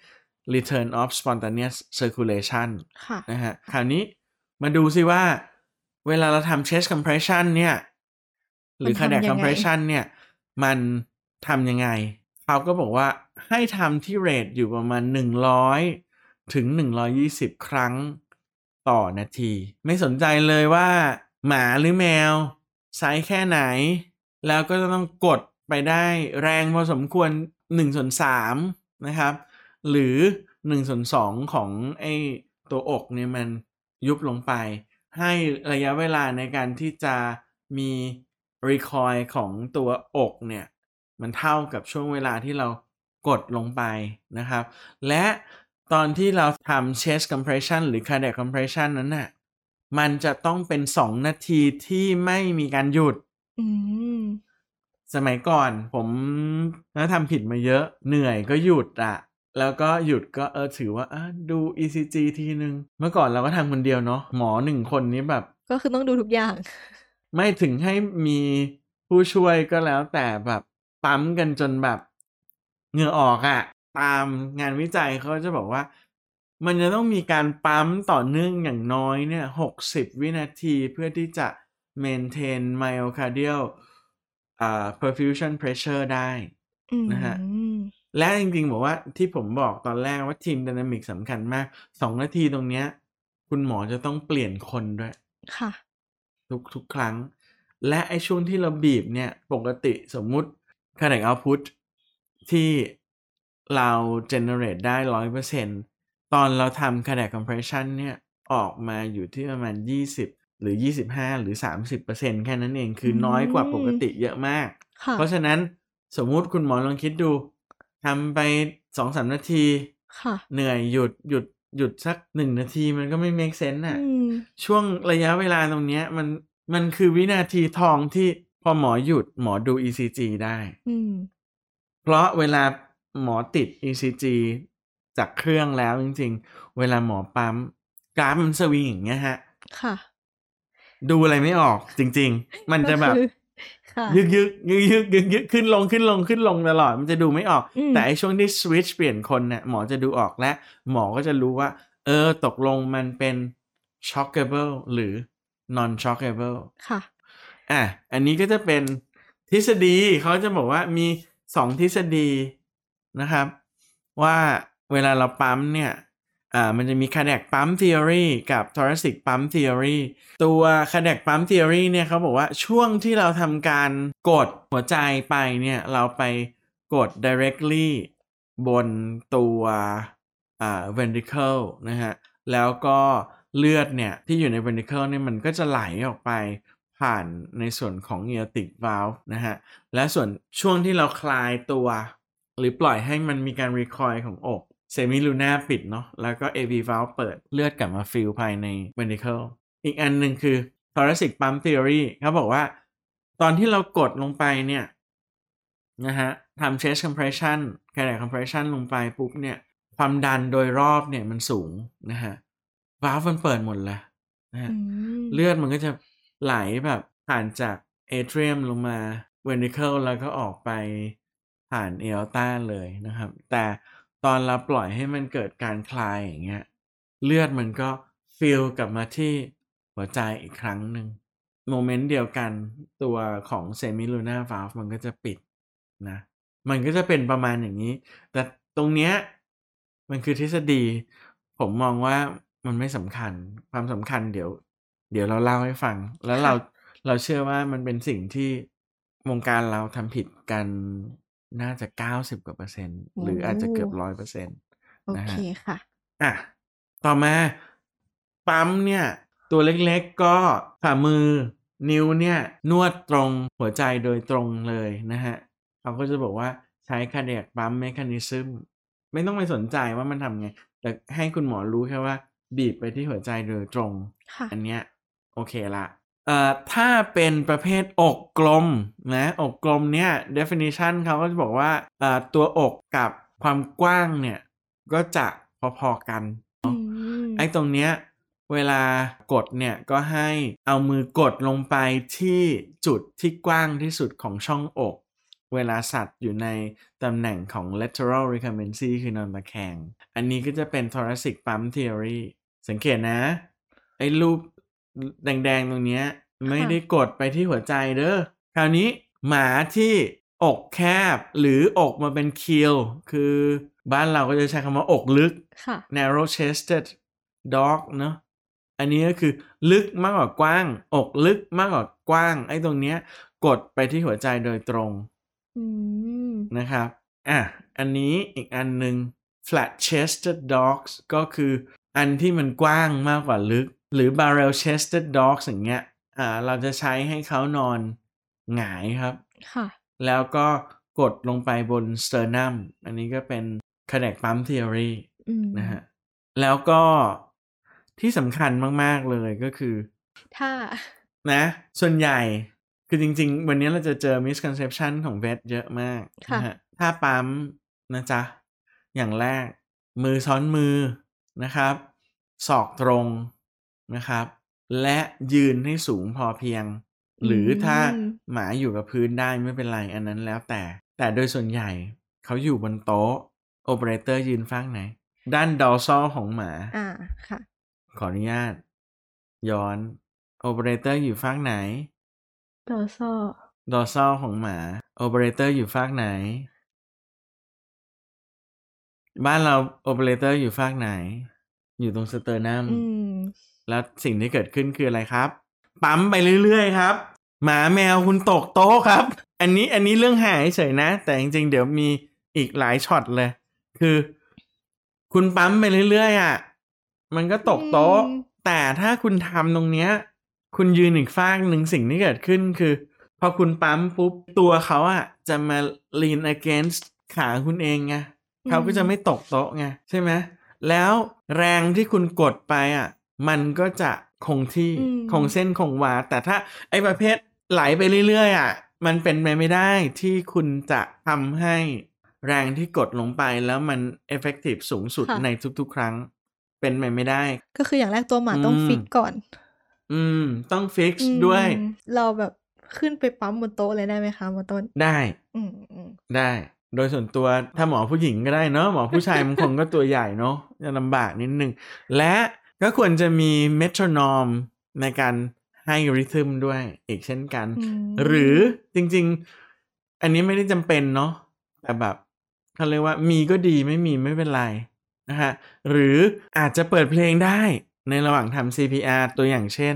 Return of Spontaneous Circulation นะฮะคราวนี้มาดูซิว่าเวลาเราทำ Chest Compression เนี่ยหรือ Cardiac Compression เนี่ยมันทำยังไงเขาก็บอกว่าให้ทำที่เรทอยู่ประมาณหนึ่งร้อยถึงหนึ่งร้อยยี่สิบครั้งต่อนาทีไม่สนใจเลยว่าหมาหรือแมวไซส์แค่ไหนแล้วก็ต้องกดไปได้แรงพอสมควรหนึ่งส่วนสามนะครับหรือหนึ่งส่วนสองของไอ้ตัวอกเนี่ยมันยุบลงไปให้ระยะเวลาในการที่จะมี recoil ของตัวอกเนี่ยมันเท่ากับช่วงเวลาที่เรากดลงไปนะครับและตอนที่เราทำ chest compression หรือ cardiac compression นั้นน่ะมันจะต้องเป็นสองนาทีที่ไม่มีการหยุดสมัยก่อนผมนะทำผิดมาเยอะเหนื่อยก็หยุดอะแล้วก็หยุดก็เออถือว่าดู อี ซี จี ทีนึงเมื่อก่อนเราก็ทำคนเดียวเนาะหมอหนึ่งคนนี้แบบก็คือต้องดูทุกอย่างไม่ถึงให้มีผู้ช่วยก็แล้วแต่แบบปั๊มกันจนแบบเหงื่อออกอะตามงานวิจัยเขาจะบอกว่ามันจะต้องมีการปั๊มต่อเนื่องอย่างน้อยเนี่ยหกสิบวินาทีเพื่อที่จะ maintain myocardial อ่า perfusion pressure ได้นะฮะและจริงๆบอกว่าที่ผมบอกตอนแรกว่าทีม dynamic สำคัญมากสองนาทีตรงเนี้ยคุณหมอจะต้องเปลี่ยนคนด้วยค่ะทุกทุกครั้งและไอ้ช่วงที่เราบีบเนี่ยปกติสมมุติ cardiac output ที่เรา generate ได้ หนึ่งร้อยเปอร์เซ็นต์ ตอนเราทำ cardiac compression เนี่ยออกมาอยู่ที่ประมาณยี่สิบหรือยี่สิบห้าหรือ สามสิบเปอร์เซ็นต์ แค่นั้นเองคือน้อยกว่าปกติเยอะมากเพราะฉะนั้นสมมุติคุณหมอลองคิดดูทำไป สองถึงสาม นาทีเหนื่อยหยุดหยุดหยุดสักหนึ่งนาทีมันก็ไม่ make sense น่ะช่วงระยะเวลาตรงเนี้ยมันมันคือวินาทีทองที่พอหมอหยุดหมอดู อี ซี จี ได้เพราะเวลาหมอติด อี ซี จี จากเครื่องแล้วจริงๆเวลาหมอปั๊มกราฟมันสวิงอย่างเงี้ยฮะค่ะดูอะไรไม่ออกจริงๆมันจะแบบยึกยึกยึกยึกยึกยึกขึ้นลงขึ้นลงขึ้นลงตลอดมันจะดูไม่ออกแต่ไอช่วงที่สวิตช์เปลี่ยนคนเนี่ยหมอจะดูออกและหมอก็จะรู้ว่าเออตกลงมันเป็น shockable หรือ non shockable ค่ะอ่ะอันนี้ก็จะเป็นทฤษฎีเขาจะบอกว่ามีสองทฤษฎีนะครับว่าเวลาเราปั๊มเนี่ยอ่ามันจะมี cardiac pump theory กับ thoracic pump theory ตัว cardiac pump theory เนี่ยเขาบอกว่าช่วงที่เราทำการกดหัวใจไปเนี่ยเราไปกด directly บนตัวอ่า ventricle นะฮะแล้วก็เลือดเนี่ยที่อยู่ใน ventricle เนี่ยมันก็จะไหลออกไปผ่านในส่วนของ aortic valve นะฮะและส่วนช่วงที่เราคลายตัวหรือปล่อยให้มันมีการ recoil ของอกเซมิลูน่าปิดเนาะแล้วก็ เอ วี valve เปิดเลือดกลับมาฟิลภายใน ventricle อีกอันหนึ่งคือ thoracic pump theory เขาบอกว่าตอนที่เรากดลงไปเนี่ยนะฮะทำ chest compression cardiac compression ลงไปปุ๊บเนี่ยความดันโดยรอบเนี่ยมันสูงนะฮะ valve มันเปิดหมดเลยนะฮะเลือดมันก็จะไหลแบบผ่านจาก atrium ลงมา ventricle แล้วก็ออกไปผ่าน aorta เลยนะครับแต่ตอนเราปล่อยให้มันเกิดการคลายอย่างเงี้ยเลือดมันก็ฟิลกลับมาที่หัวใจอีกครั้งหนึ่งโมเมนต์เดียวกันตัวของ semilunar valve มันก็จะปิดนะมันก็จะเป็นประมาณอย่างนี้แต่ตรงเนี้ยมันคือทฤษฎีผมมองว่ามันไม่สำคัญความสำคัญเดี๋ยวเดี๋ยวเราเล่าให้ฟังแล้วเราเราเชื่อว่ามันเป็นสิ่งที่วงการเราทำผิดกันน่าจะเก้าสิบกว่าเปอร์เซ็นต์หรืออาจจะเกือบ หนึ่งร้อยเปอร์เซ็นต์ นะฮะโอเคค่ะอ่ะต่อมาปั๊มเนี่ยตัวเล็กๆก็ฝ่ามือนิ้วเนี่ยนวดตรงหัวใจโดยตรงเลยนะฮะเขาก็จะบอกว่าใช้ cardiac pump mechanism ไม่ต้องไปสนใจว่ามันทำไงแต่ให้คุณหมอรู้แค่ว่าบีบไปที่หัวใจโดยตรงอันเนี้ยโอเคละเอ่อถ้าเป็นประเภทอกกลมนะอกกลมเนี่ย definition เขาก็จะบอกว่าเอ่อตัวอกกับความกว้างเนี่ยก็จะพอๆกันเนาะไอ้ตรงเนี้ยเวลากดเนี่ยก็ให้เอามือกดลงไปที่จุดที่กว้างที่สุดของช่องอกเวลาสัตว์อยู่ในตำแหน่งของ lateral recumbency คือนอนตะแคงอันนี้ก็จะเป็น thoracic pump theory สังเกตนะไอ้รูปแดงๆตรงเนี้ยไม่ได้กดไปที่หัวใจเด้อคราวนี้หมาที่อกแคบหรืออกมาเป็น keel คือบ้านเราก็จะใช้คำว่าอกลึก narrow chested dog เนอะอันนี้ก็คือลึกมากกว่ากว้างอกลึกมากกว่ากว้างไอ้ตรงเนี้ยกดไปที่หัวใจโดยตรงนะครับอ่ะอันนี้อีกอันนึง flat chested dogs ก็คืออันที่มันกว้างมากกว่าลึกหรือ barrel chested dogs อย่างเงี้ยอ่าเราจะใช้ให้เขานอนหงายครับค่ะแล้วก็กดลงไปบน sternum อันนี้ก็เป็น cardiac pump theory นะฮะแล้วก็ที่สำคัญมากๆเลยก็คือถ้านะส่วนใหญ่คือจริงๆวันนี้เราจะเจอ misconception ของเวทเยอะมากนะฮะถ้าปั๊มนะจ๊ะอย่างแรกมือซ้อนมือนะครับศอกตรงนะครับและยืนให้สูงพอเพียงหรือถ้าหมาอยู่กับพื้นได้ไม่เป็นไรอันนั้นแล้วแต่แต่โดยส่วนใหญ่เขาอยู่บนโต๊ะโอเปอเรเตอร์ยืนฝั่งไหนด้านดอร์ซัลของหมาอ่าค่ะขออนุญาตย้อนโอเปอเรเตอร์อยู่ฝั่งไหนดอร์ซัลดอร์ซัลของหมาโอเปอเรเตอร์อยู่ฝั่งไหนบ้านเราโอเปอเรเตอร์อยู่ฝั่งไหนอยู่ตรงสเตอร์นัมแล้วสิ่งที่เกิดขึ้นคืออะไรครับปั๊มไปเรื่อยๆครับหมาแมวคุณตกโต๊ะครับอันนี้อันนี้เรื่องหายเฉยนะแต่จริงๆเดี๋ยวมีอีกหลายช็อตเลยคือคุณปั๊มไปเรื่อยๆอ่ะมันก็ตกโต๊ะแต่ถ้าคุณทำตรงเนี้ยคุณยืนอีกฟากหนึ่งสิ่งที่เกิดขึ้นคือพอคุณปั๊มปุ๊บตัวเขาอ่ะจะมา lean against ขาคุณเองไงเขาก็จะไม่ตกโต๊ะไงใช่ไหมแล้วแรงที่คุณกดไปอ่ะมันก็จะคงที่คงเส้นคงวาแต่ถ้าไอ้ประเภทไหลไปเรื่อยๆอ่ะมันเป็นไปไม่ได้ที่คุณจะทำให้แรงที่กดลงไปแล้วมัน effective สูงสุดในทุกๆครั้งเป็นไปไม่ได้ก็คืออย่างแรกตัวหมาต้องฟิกก่อนอืมต้องฟิกด้วยเราแบบขึ้นไปปั๊มบนโต๊ะเลยได้ไหมคะหมอต้นได้อืมได้โดยส่วนตัวถ้าหมอผู้หญิงก็ได้เนาะหมอผู้ชายมันคงก็ตัวใหญ่เนาะจะลำบากนิดนึงและก็ควรจะมีเมโทรนอมในการให้ริทึมด้วยอีกเช่นกันหรือจริงๆอันนี้ไม่ได้จำเป็นเนาะแต่แบบเขาเรียกว่ามีก็ดีไม่มีไม่เป็นไรนะฮะหรืออาจจะเปิดเพลงได้ในระหว่างทำ ซี พี อาร์ ตัวอย่างเช่น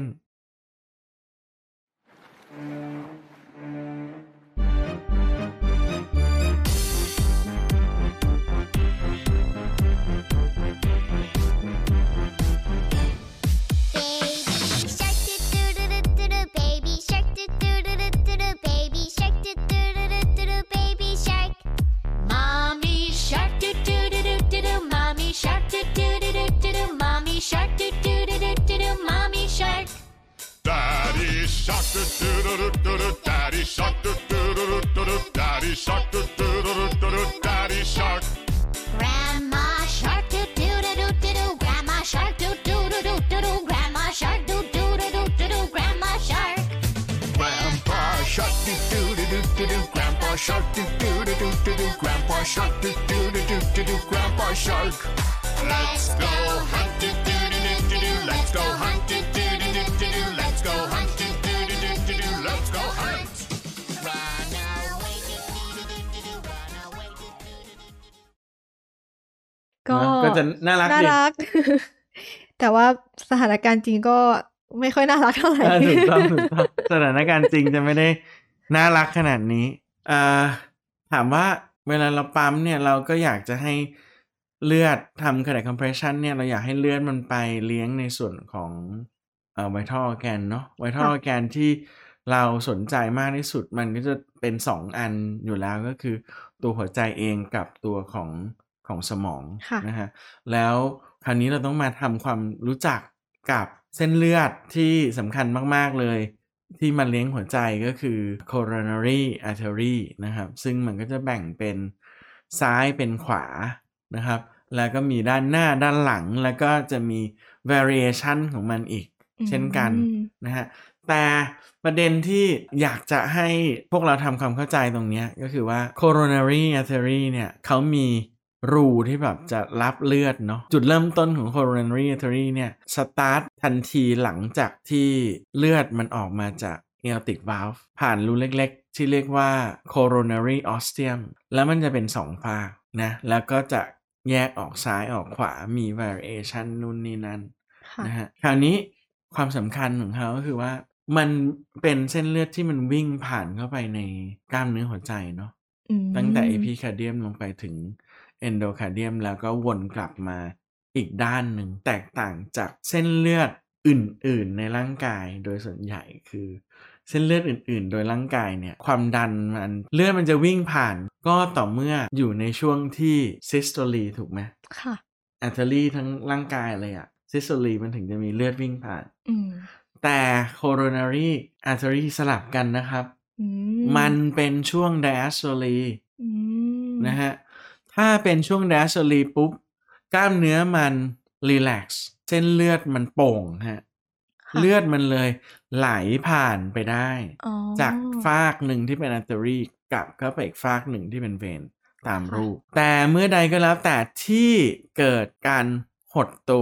Daddy shark, do do do do do do. Daddy shark, do do do do do do. Daddy shark. Grandma shark, do do do do do do. Grandma shark, do do do do do do. Grandma shark, do do do do do do. Grandma shark. Grandpa shark, do do do do do do. Grandpa shark, do do do do do do. Grandpa shark, do do do do do do. Grandpa shark. Let's go hunt, do do do do do do. Let's go hunt, do do do do do do. Let's go hunt, do do do do do do. Let's go hunt. ก็ก็จะน่ารักน่ารัก แต่ว่าสถานการณ์จริงก็ไม่ค่อยน่ารักเท่าไหร่ถูกต้องถูกต้องสถานการณ์จริงจะไม่ได้น่ารักขนาดนี้อ่าถามว่าเวลาเราปั๊มเนี่ยเราก็อยากจะให้เลือดทำ cardiac compression เนี่ยเราอยากให้เลือดมันไปเลี้ยงในส่วนของเอ่อ vital organ เนาะ vital organ ที่เราสนใจมากที่สุดมันก็จะเป็นสองอันอยู่แล้วก็คือตัวหัวใจเองกับตัวของของสมองนะฮะแล้วคราวนี้เราต้องมาทำความรู้จักกับเส้นเลือดที่สำคัญมากๆเลยที่มาเลี้ยงหัวใจก็คือ coronary artery นะครับซึ่งมันก็จะแบ่งเป็นซ้ายเป็นขวานะครับแล้วก็มีด้านหน้าด้านหลังแล้วก็จะมี variation ของมันอีกเช่นกันนะฮะแต่ประเด็นที่อยากจะให้พวกเราทำความเข้าใจตรงนี้ก็คือว่า coronary artery เนี่ยเขามีรูที่แบบจะรับเลือดเนาะจุดเริ่มต้นของ coronary artery เนี่ยสตาร์ททันทีหลังจากที่เลือดมันออกมาจาก aortic valve ผ่านรูเล็กๆที่เรียกว่า coronary ostium แล้วมันจะเป็นสองภาคนะแล้วก็จะแยกออกซ้ายออกขวามี variation นู่นนี่นั่นนะฮะคราวนี้ความสำคัญของเขาก็คือว่ามันเป็นเส้นเลือดที่มันวิ่งผ่านเข้าไปในกล้ามเนื้อหัวใจเนาะตั้งแต่ epicardium ลงไปถึง endocardium แล้วก็วนกลับมาอีกด้านหนึ่งแตกต่างจากเส้นเลือดอื่นๆในร่างกายโดยส่วนใหญ่คือเส้นเลือดอื่นๆโดยร่างกายเนี่ยความดันมันเลือดมันจะวิ่งผ่านก็ต่อเมื่ออยู่ในช่วงที่ systole ถูกไหมค่ะ artery ทั้งร่างกายเลยอะ systole มันถึงจะมีเลือดวิ่งผ่านแต่ coronary artery สลับกันนะครับมันเป็นช่วง diastole นะฮะถ้าเป็นช่วง diastole ปุ๊บกล้ามเนื้อมัน relax เส้นเลือดมันโป่งฮะเลือดมันเลยไหลผ่านไปได้จากฟากหนึ่งที่เป็น artery กลับเข้าไปอีกฟากหนึ่งที่เป็นเวนตามรูปแต่เมื่อใดก็แล้วแต่ที่เกิดการหดตัว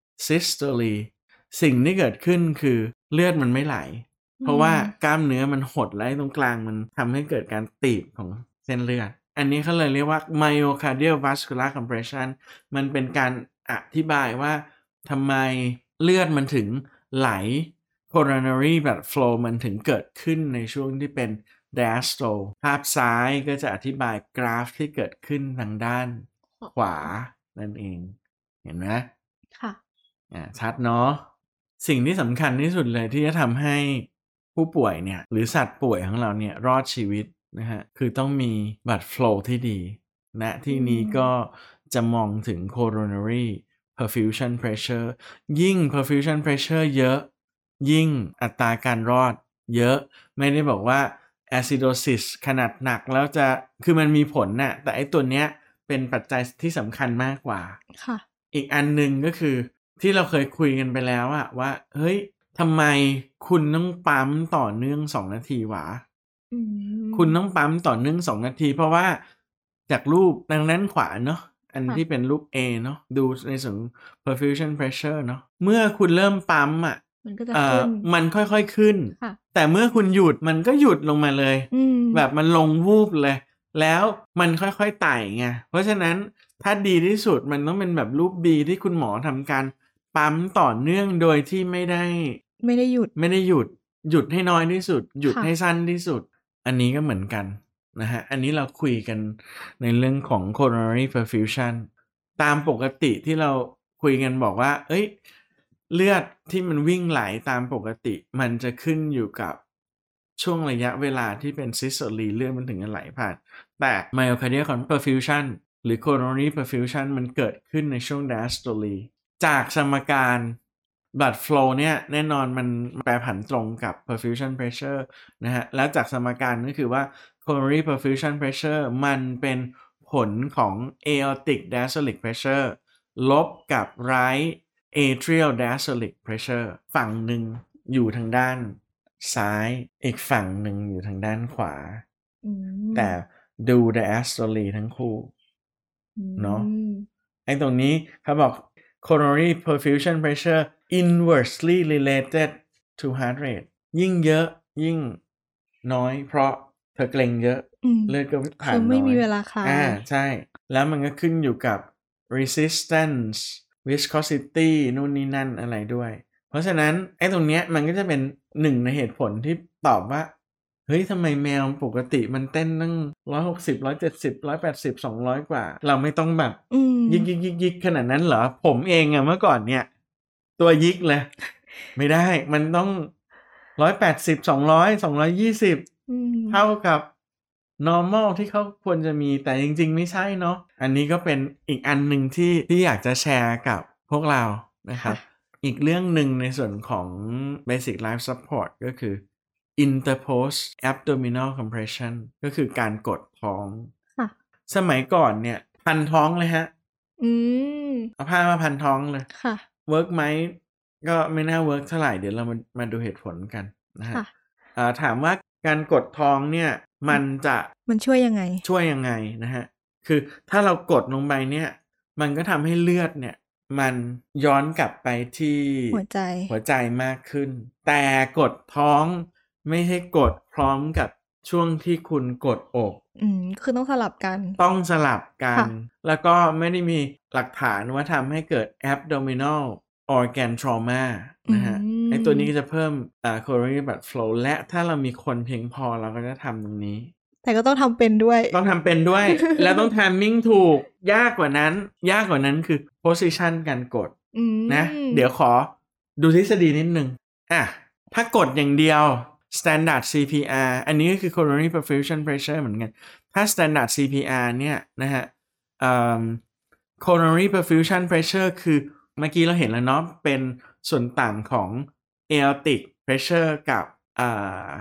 systole สิ่งที่เกิดขึ้นคือเลือดมันไม่ไหลเพราะว่ากล้ามเนื้อมันหดไหลตรงกลางมันทำให้เกิดการตีบของเส้นเลือดอันนี้เขาเลยเรียกว่า myocardial vascular compression มันเป็นการอธิบายว่าทำไมเลือดมันถึงไหล coronary blood flow มันถึงเกิดขึ้นในช่วงที่เป็น diastole ภาพซ้ายก็จะอธิบายกราฟที่เกิดขึ้นทางด้านขวานั่นเองเห็นไหมค่ะอ่าชัดเนาะสิ่งที่สำคัญที่สุดเลยที่จะทำให้ผู้ป่วยเนี่ยหรือสัตว์ป่วยของเราเนี่ยรอดชีวิตนะฮะคือต้องมี blood flow ที่ดีณที่นี้ก็จะมองถึง coronary perfusion pressure ยิ่ง perfusion pressure เยอะยิ่งอัตราการรอดเยอะไม่ได้บอกว่า acidosis ขนาดหนักแล้วจะคือมันมีผลน่ะแต่ไอ้ตัวเนี้ยเป็นปัจจัยที่สำคัญมากกว่าค่ะอีกอันนึงก็คือที่เราเคยคุยกันไปแล้วอะว่าเฮ้ยทำไมคุณต้องปั๊มต่อเนื่องสองนาทีวะคุณต้องปั๊มต่อเนื่องสองนาทีเพราะว่าจากรูปทางด้านขวาเนาะอันที่เป็นรูป A เนาะดูในส่วน perfusion pressure เนาะเมื่อคุณเริ่มปั๊มอ่ะมันก็จะขึ้นมันค่อยๆขึ้นแต่เมื่อคุณหยุดมันก็หยุดลงมาเลยแบบมันลงวูบเลยแล้วมันค่อยๆไต่ไงเพราะฉะนั้นถ้าดีที่สุดมันต้องเป็นแบบรูป B ที่คุณหมอทำการปั๊มต่อเนื่องโดยที่ไม่ได้ไม่ได้หยุดไม่ได้หยุดหยุดให้น้อยที่สุดหยุดให้สั้นที่สุดอันนี้ก็เหมือนกันนะฮะอันนี้เราคุยกันในเรื่องของ coronary perfusion ตามปกติที่เราคุยกันบอกว่าเอ้ยเลือดที่มันวิ่งไหลตามปกติมันจะขึ้นอยู่กับช่วงระยะเวลาที่เป็น systole เลือดมันถึงจะไหลผ่านแต่ myocardial perfusion หรือ coronary perfusion มันเกิดขึ้นในช่วง diastole จากสมการ blood flow เนี่ยแน่นอนมันแปรผันตรงกับ perfusion pressure นะฮะแล้วจากสมการก็คือว่าcoronary perfusion pressure มันเป็นผลของ aortic diastolic pressure ลบกับ right atrial diastolic pressure ฝั่งหนึ่งอยู่ทางด้านซ้ายอีกฝั่งหนึ่งอยู่ทางด้านขวาแต่ดู diastole ทั้งคู่เนาะไอ้ตรงนี้เขาบอก coronary perfusion pressure inversely related to heart rate ยิ่งเยอะยิ่งน้อยเพราะเธอเกร็งเยอะเลือดก็ผ่านน้อยไม่มีเวลาคลายอ่าใช่แล้วมันก็ขึ้นอยู่กับ resistance viscosity นู่นนี่นั่นอะไรด้วยเพราะฉะนั้นไอ้ตรงเนี้ยมันก็จะเป็นหนึ่งในเหตุผลที่ตอบว่าเฮ้ยทำไมแมวปกติมันเต้นตั้งหนึ่งร้อยหกสิบ หนึ่งร้อยเจ็ดสิบ หนึ่งร้อยแปดสิบ สองร้อยกว่าเราไม่ต้องแบบยิกยิกยิกยิกขนาดนั้นเหรอผมเองอะเมื่อก่อนเนี่ยตัวยิกเลยไม่ได้มันต้องหนึ่งร้อยแปดสิบ สองร้อย สองร้อยยี่สิบเท่ากับ normal ที่เขาควรจะมีแต่จริงๆไม่ใช่เนาะอันนี้ก็เป็นอีกอันหนึ่งที่ที่อยากจะแชร์กับพวกเรานะครับอีกเรื่องหนึ่งในส่วนของ basic life support ก็คือ interpost abdominal compression ก็คือการกดท้องสมัยก่อนเนี่ยพันท้องเลยฮะอืมเอาผ้ามาพันท้องเลยค่ะ work ไหมก็ไม่น่า work เท่าไหร่เดี๋ยวเรามามาดูเหตุผลกันนะฮะถามว่าการกดท้องเนี่ยมันจะมันช่วยยังไงช่วยยังไงนะฮะคือถ้าเรากดลงไปเนี่ยมันก็ทำให้เลือดเนี่ยมันย้อนกลับไปที่หัวใจหัวใจมากขึ้นแต่กดท้องไม่ให้กดพร้อมกับช่วงที่คุณกดอกอืมคือต้องสลับกันต้องสลับกันแล้วก็ไม่ได้มีหลักฐานว่าทำให้เกิด abdominal organ trauma นะฮะไอตัวนี้ก็จะเพิ่มอ่า coronary blood flow และถ้าเรามีคนเพียงพอเราก็จะทำตรงนี้แต่ก็ต้องทำเป็นด้วยต้องทำเป็นด้วย แล้วต้อง timing ถูกยากกว่านั้นยากกว่านั้นคือ position การกดนะเดี๋ยวขอดูทฤษฎีนิดนึงอ่ะถ้ากดอย่างเดียว standard ซี พี อาร์ อันนี้ก็คือ coronary perfusion pressure เหมือนกันถ้า standard ซี พี อาร์ เนี่ยนะฮะ um, coronary perfusion pressure คือเมื่อกี้เราเห็นแล้วเนาะเป็นส่วนต่างของ aortic pressure กับอ่า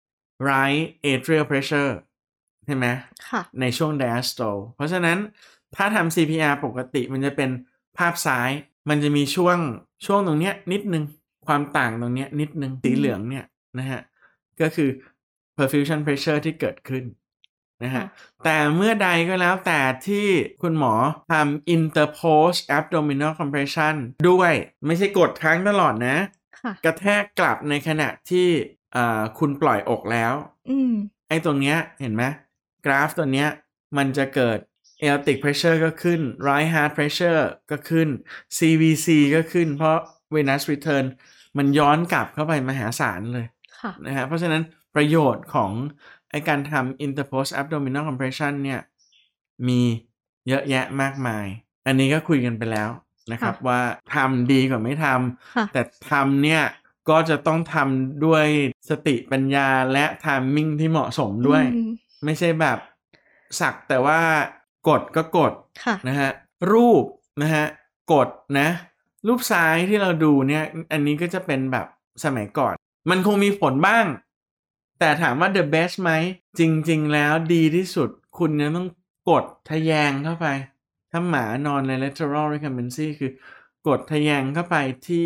right atrial pressure ใช่ไหมค่ะในช่วง diastole เพราะฉะนั้นถ้าทำ ซี พี อาร์ ปกติมันจะเป็นภาพซ้ายมันจะมีช่วงช่วงตรงเนี้ยนิดนึงความต่างตรงเนี้ยนิดนึงสีเหลืองเนี่ยนะฮะก็คือ perfusion pressure ที่เกิดขึ้นนะฮะแต่เมื่อใดก็แล้วแต่ที่คุณหมอทำ interpost abdominal compression ด้วยไม่ใช่กดค้างตลอดนะกระแทกกลับในขณะที่คุณปล่อยอกแล้วไอ้ตรงเนี้ยเห็นไหมกราฟตัวเนี้ยมันจะเกิด aortic pressure ก็ขึ้น right heart pressure ก็ขึ้น ซี วี ซี ก็ขึ้นเพราะ venous return มันย้อนกลับเข้าไปมหาศาลเลยนะฮะเพราะฉะนั้นประโยชน์ของไอ้การทำ interpost abdominal compression เนี่ยมีเยอะแยะมากมายอันนี้ก็คุยกันไปแล้วนะครับว่าทำดีกว่าไม่ทำแต่ทำเนี่ยก็จะต้องทำด้วยสติปัญญาและ timing ที่เหมาะสมด้วยไม่ใช่แบบสักแต่ว่ากดก็กดนะฮะรูปนะฮะกดนะรูปซ้ายที่เราดูเนี่ยอันนี้ก็จะเป็นแบบสมัยก่อนมันคงมีผลบ้างแต่ถามว่า the best ไหมจริงๆแล้วดีที่สุดคุณเนี่ยต้องกดทะแยงเข้าไปถ้าหมานอนใน lateral recumbency คือกดทะแยงเข้าไปที่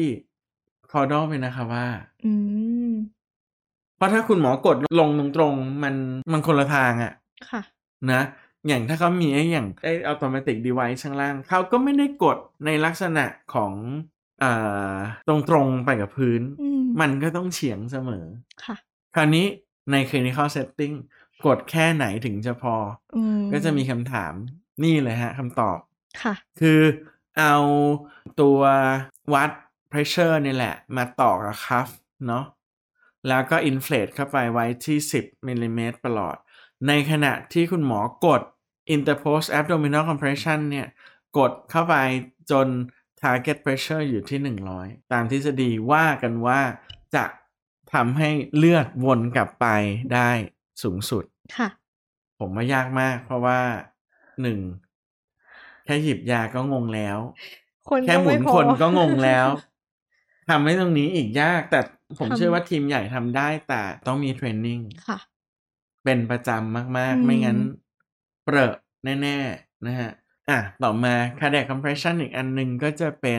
caudal vena cava อืมเพราะถ้าคุณหมอกดลงตรงๆมันมันคนละทางอ่ะค่ะนะอย่างถ้าเขามีไอ้อย่างไอ้ automatic device ข้างล่างเขาก็ไม่ได้กดในลักษณะของอ่าตรงๆไปกับพื้นมันก็ต้องเฉียงเสมอค่ะคราวนี้ใน clinical setting กดแค่ไหนถึงจะพอก็จะมีคำถามนี่เลยฮะคำตอบค่ะคือเอาตัววัด pressure นี่แหละมาต่อกับ cuff เนาะแล้วก็ inflate เข้าไปไว้ที่สิบมิลลิเมตรประหลอดในขณะที่คุณหมอกด interpost abdominal compression เนี่ยกดเข้าไปจน target pressure อยู่ที่หนึ่งร้อยตามทฤษฎีว่ากันว่าจะทำให้เลือดวนกลับไปได้สูงสุดค่ะผมว่ายากมากเพราะว่าหนึ่งแค่หยิบยาก็งงแล้วแค่หมุนคนก็งงแล้วทำให้ตรงนี้อีกยากแต่ผมเชื่อว่าทีมใหญ่ทำได้แต่ต้องมีเทรนนิ่งค่ะเป็นประจำมากๆไม่งั้นเปรอะแน่ๆนะฮะอ่ะต่อมา cardiac compression อีกอันนึงก็จะเป็น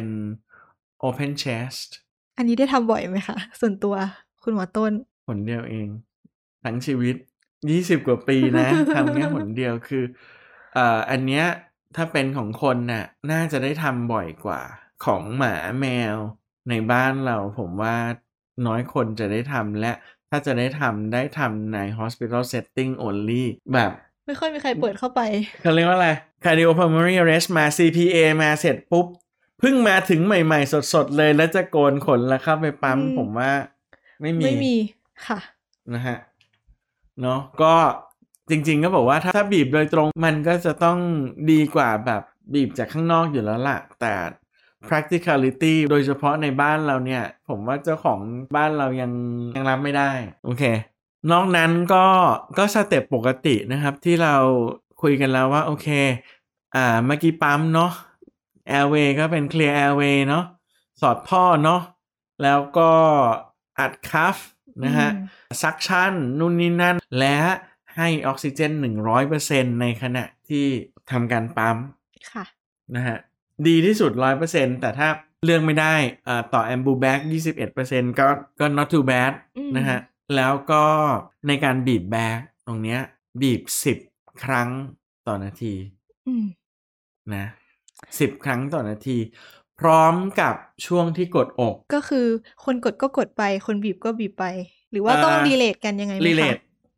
open chest อันนี้ได้ทำบ่อยไหมคะส่วนตัวคุณหมอต้นหนเดียวเองทั้งชีวิตยี่สิบกว่าปีนะ ทำแค่หนเดียวคือเอ่ออันเนี้ยถ้าเป็นของคนน่ะน่าจะได้ทำบ่อยกว่าของหมาแมวในบ้านเราผมว่าน้อยคนจะได้ทำและถ้าจะได้ทำได้ทำใน hospital setting only แบบไม่ค่อยมีใครเปิดเข้าไปเขาเรียกว่าอะไร cardiopulmonary arrest มา ซี พี เอ มาเสร็จปุ๊บเพิ่งมาถึงใหม่ๆสดๆเลยแล้วจะโกนขนแล้วเข้าไปปั๊มผมว่าไม่มีไม่มีค่ะนะฮะเนาะก็จริงๆก็บอกว่าถ้าถ้าบีบโดยตรงมันก็จะต้องดีกว่าแบบบีบจากข้างนอกอยู่แล้วล่ะแต่ practicality โดยเฉพาะในบ้านเราเนี่ยผมว่าเจ้าของบ้านเรายังยังรับไม่ได้โอเคนอกนั้นก็ก็สเต็ปปกตินะครับที่เราคุยกันแล้วว่าโอเคอ่าเมื่อกี้ปั๊มเนาะ airway ก็เป็น clear airway เนาะสอดท่อเนาะแล้วก็อัดคัฟนะฮะซักชั่นนู่นนี่นั่นและให้ออกซิเจน หนึ่งร้อยเปอร์เซ็นต์ ในขณะที่ทำการปั๊มค่ะนะฮะดีที่สุด หนึ่งร้อยเปอร์เซ็นต์ แต่ถ้าเลือกไม่ได้อ่าต่อ Ambu Bag ยี่สิบเอ็ดเปอร์เซ็นต์ ก็ก็ not too bad นะฮะแล้วก็ในการบีบแบกตรงเนี้ยบีบสิบครั้งต่อนาทีนะสิบครั้งต่อนาทีพร้อมกับช่วงที่กดอกก็คือคนกดก็กดไปคนบีบก็บีบไปหรือว่าต้องรีเลทกันยังไงไหมคะรีเลท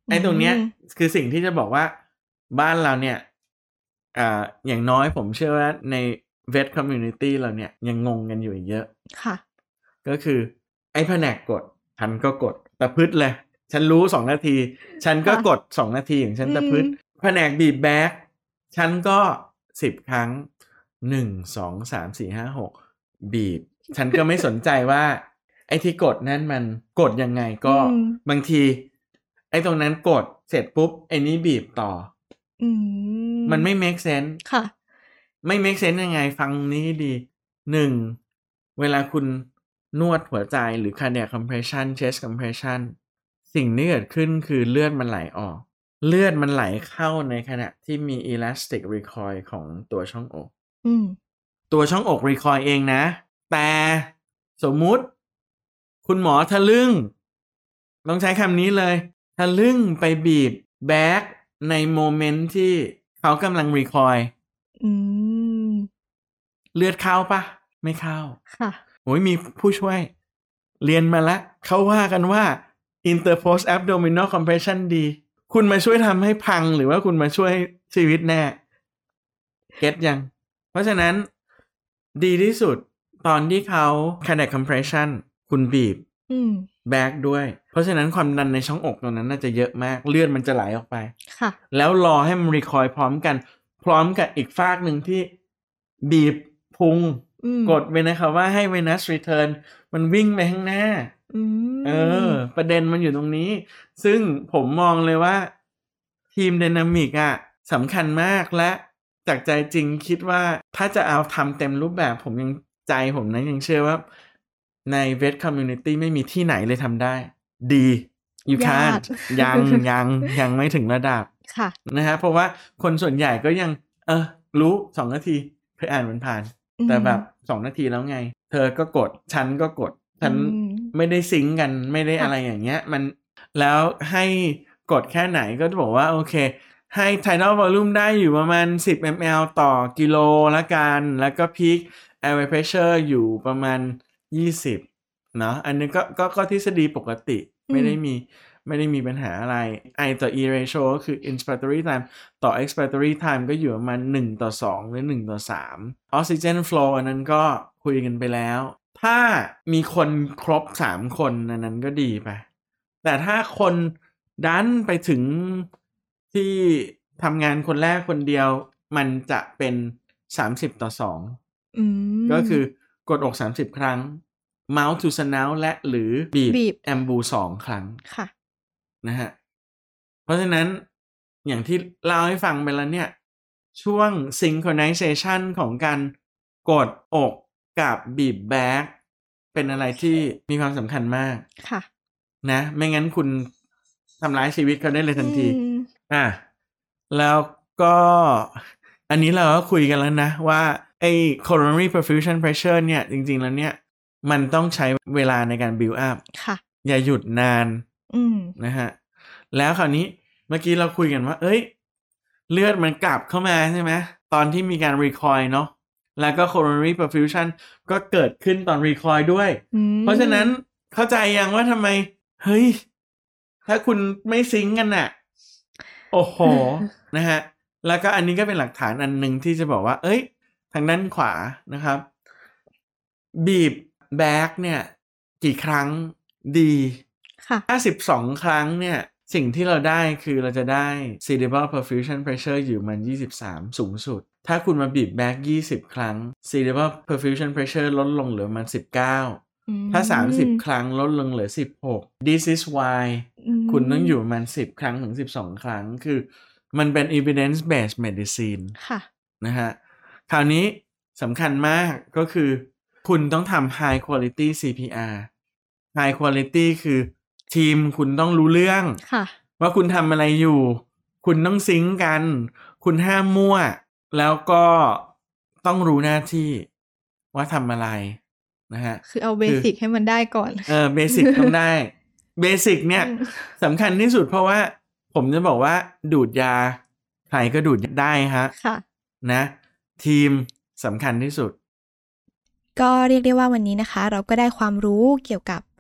ไอ้ตรงเนี้ยคือสิ่งที่จะบอกว่าบ้านเราเนี่ยอ่าอย่างน้อยผมเชื่อว่าใน vet community เราเนี่ยยังงงกันอยู่อีกเยอะค่ะก็คือไอ้แผนกกดฉันก็กดตะพึดเลยฉันรู้สองนาทีฉันก็กดสองนาทีอย่างฉันตะพึดแผนกบีบแบ็กฉันก็สิบครั้งหนึ่ง สอง สาม สี่ ห้า หกบีบฉันก็ไม่สนใจว่าไอ้ที่กดนั่นมันกดยังไงก็บางทีไอ้ตรงนั้นกดเสร็จปุ๊บไอ้นี้บีบต่ออืมมันไม่ make sense ค่ะไม่ make sense ยังไงฟังนี้ดีหนึ่งเวลาคุณนวดหัวใจหรือ cardiac compression chest compression สิ่งที่เกิดขึ้นคือเลือดมันไหลออกเลือดมันไหลเข้าในขณะที่มี elastic recoil ของตัวช่องอกอืมตัวช่องอก recoil เองนะแต่สมมุติคุณหมอทะลึ่งต้องใช้คำนี้เลยทะลึ่งไปบีบแบ็กในโมเมนต์ที่เขากำลัง recoil อืมเลือดเข้าปะไม่เข้าค่ะโอ้ยมีผู้ช่วยเรียนมาแล้วเขาว่ากันว่า interpost abdominal compression ดีคุณมาช่วยทำให้พังหรือว่าคุณมาช่วยชีวิตแน่เก็ตยังเพราะฉะนั้นดีที่สุดตอนที่เขา cardiac compression คุณบีบแบ็กด้วยเพราะฉะนั้นความดันในช่องอกตรงนั้นน่าจะเยอะมากเลือดมันจะไหลออกไปค่ะแล้วรอให้มันรีคอยล์พร้อมกันพร้อมกับอีกฟากหนึ่งที่บีบพุงกดไปนะครับว่าให้ venous return มันวิ่งไปข้างหน้าเออประเด็นมันอยู่ตรงนี้ซึ่งผมมองเลยว่าทีม Dynamic อ่ะสำคัญมากและจากใจจริงคิดว่าถ้าจะเอาทำเต็มรูปแบบผมยังใจผมนะยังเชื่อว่าใน vet community ไม่มีที่ไหนเลยทำได้ดี you can't ยังยังยังไม่ถึงระดับค่ะนะฮะเพราะว่าคนส่วนใหญ่ก็ยังเออรู้สองนาทีเคยอ่านมันผ่านแต่แบบสองนาทีแล้วไงเธอก็กดฉันก็กดฉันไม่ได้ซิงค์กันไม่ได้อะไรอย่างเงี้ยมันแล้วให้กดแค่ไหนก็จะบอกว่าโอเคให้ tidal volume ได้อยู่ประมาณสิบมิลลิลิตร ต่อกิโลละกันแล้วก็ peak airway pressure อยู่ประมาณยี่สิบเนาะอันนี้ก็ก็ก็ทฤษฎีปกติไม่ได้มีไม่ได้มีปัญหาอะไร I ต่อ E ratio ก็คือ inspiratory time ต่อ expiratory time ก็อยู่ประมาณหนึ่งต่อสองหรือหนึ่งต่อสาม oxygen flow อันนั้นก็คุยกันไปแล้วถ้ามีคนครบสามคนอันนั้นก็ดีไปแต่ถ้าคนดันไปถึงที่ทำงานคนแรกคนเดียวมันจะเป็นสามสิบต่อสองอืมก็คือกดอกสามสิบครั้ง mouth to snout และหรือบีบแอมบูสองครั้งค่ะนะฮะเพราะฉะนั้นอย่างที่เล่าให้ฟังไปแล้วเนี่ยช่วง synchronization ของการกดอกกับบีบแบ็กเป็นอะไรที่มีความสำคัญมากค่ะนะไม่งั้นคุณทำร้ายชีวิตเขาได้เลยทันทีอ่ะแล้วก็อันนี้เราก็คุยกันแล้วนะว่าไอ้ coronary perfusion pressure เนี่ยจริงๆแล้วเนี่ยมันต้องใช้เวลาในการ build up ค่ะอย่าหยุดนานนะฮะแล้วคราวนี้เมื่อกี้เราคุยกันว่าเอ้ยเลือดมันกลับเข้ามาใช่ไหมตอนที่มีการ recoil เนาะแล้วก็ coronary perfusion ก็เกิดขึ้นตอน recoil ด้วยเพราะฉะนั้นเข้าใจยังว่าทำไมเฮ้ยถ้าคุณไม่ซิงค์กันน่ะโอ้โห นะฮะแล้วก็อันนี้ก็เป็นหลักฐานอันนึงที่จะบอกว่าเอ้ยทางด้านขวานะครับบีบแบ็กเนี่ยกี่ครั้งดีค่ะถ้าสิบสองครั้งเนี่ยสิ่งที่เราได้คือเราจะได้ cerebral perfusion pressure อยู่มันยี่สิบสามสูงสุดถ้าคุณมาบีบแบ็กยี่สิบครั้ง cerebral perfusion pressure ลดลงเหลือมันสิบเก้าถ้าสามสิบครั้งลดลงเหลือสิบหก this is why คุณต้องอยู่มันสิบครั้งถึงสิบสองครั้งคือมันเป็น evidence based medicine ค่ะนะฮะคราวนี้สำคัญมากก็คือคุณต้องทำ high quality ซี พี อาร์ high quality คือทีมคุณต้องรู้เรื่องว่าคุณทำอะไรอยู่คุณต้องซิงค์กันคุณห้ามมั่วแล้วก็ต้องรู้หน้าที่ว่าทำอะไรนะฮะคือเอาเบสิกให้มันได้ก่อนเออเบสิกต้องได้เบสิกเนี่ยสำคัญที่สุดเพราะว่าผมจะบอกว่าดูดยาใครก็ดูดได้ฮะค่ะนะทีมสำคัญที่สุดก็เรียกได้ว่าวันนี้นะคะเราก็ได้ความรู้เกี่ยวกับ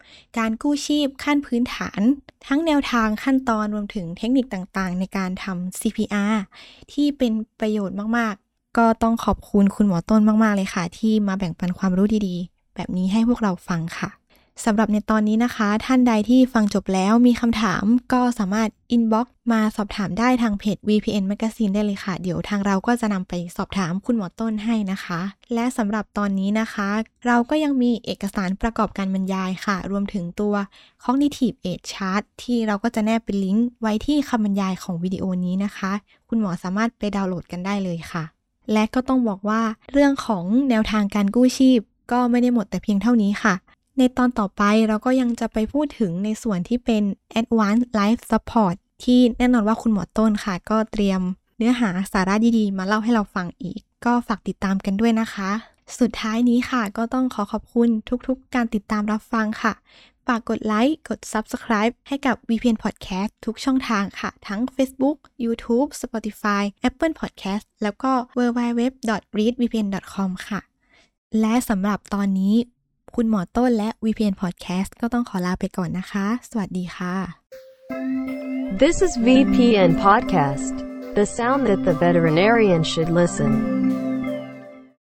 การกู้ชีพขั้นพื้นฐานทั้งแนวทางขั้นตอนรวมถึงเทคนิคต่างๆในการทำ ซี พี อาร์ ที่เป็นประโยชน์มากๆก็ต้องขอบคุณคุณหมอต้นมากๆเลยค่ะที่มาแบ่งปันความรู้ดีๆแบบนี้ให้พวกเราฟังค่ะสำหรับในตอนนี้นะคะท่านใดที่ฟังจบแล้วมีคำถามก็สามารถ inbox มาสอบถามได้ทางเพจ วี พี เอ็น Magazine ได้เลยค่ะเดี๋ยวทางเราก็จะนำไปสอบถามคุณหมอต้นให้นะคะและสำหรับตอนนี้นะคะเราก็ยังมีเอกสารประกอบการบรรยายค่ะรวมถึงตัว Cognitive Age Chart ที่เราก็จะแนบเป็นลิงก์ไว้ที่คำบรรยายของวิดีโอนี้นะคะคุณหมอสามารถไปดาวน์โหลดกันได้เลยค่ะและก็ต้องบอกว่าเรื่องของแนวทางการกู้ชีพก็ไม่ได้หมดแต่เพียงเท่านี้ค่ะในตอนต่อไปเราก็ยังจะไปพูดถึงในส่วนที่เป็น Advanced Life Support ที่แน่นอนว่าคุณหมอต้นค่ะก็เตรียมเนื้อหาสาระดีๆมาเล่าให้เราฟังอีกก็ฝากติดตามกันด้วยนะคะสุดท้ายนี้ค่ะก็ต้องขอขอบคุณทุกๆการติดตามรับฟังค่ะฝากกดไลค์กด Subscribe ให้กับ วี พี เอ็น Podcast ทุกช่องทางค่ะทั้ง Facebook YouTube Spotify Apple Podcast แล้วก็ ดับเบิลยู ดับเบิลยู ดับเบิลยู ดอท รีด วี พี เอ็น ดอท คอม ค่ะและสำหรับตอนนี้คุณหมอต้นและ วี พี เอ็น Podcast ก็ต้องขอลาไปก่อนนะคะสวัสดีค่ะ This is วี พี เอ็น Podcast, the sound that the veterinarian should listen.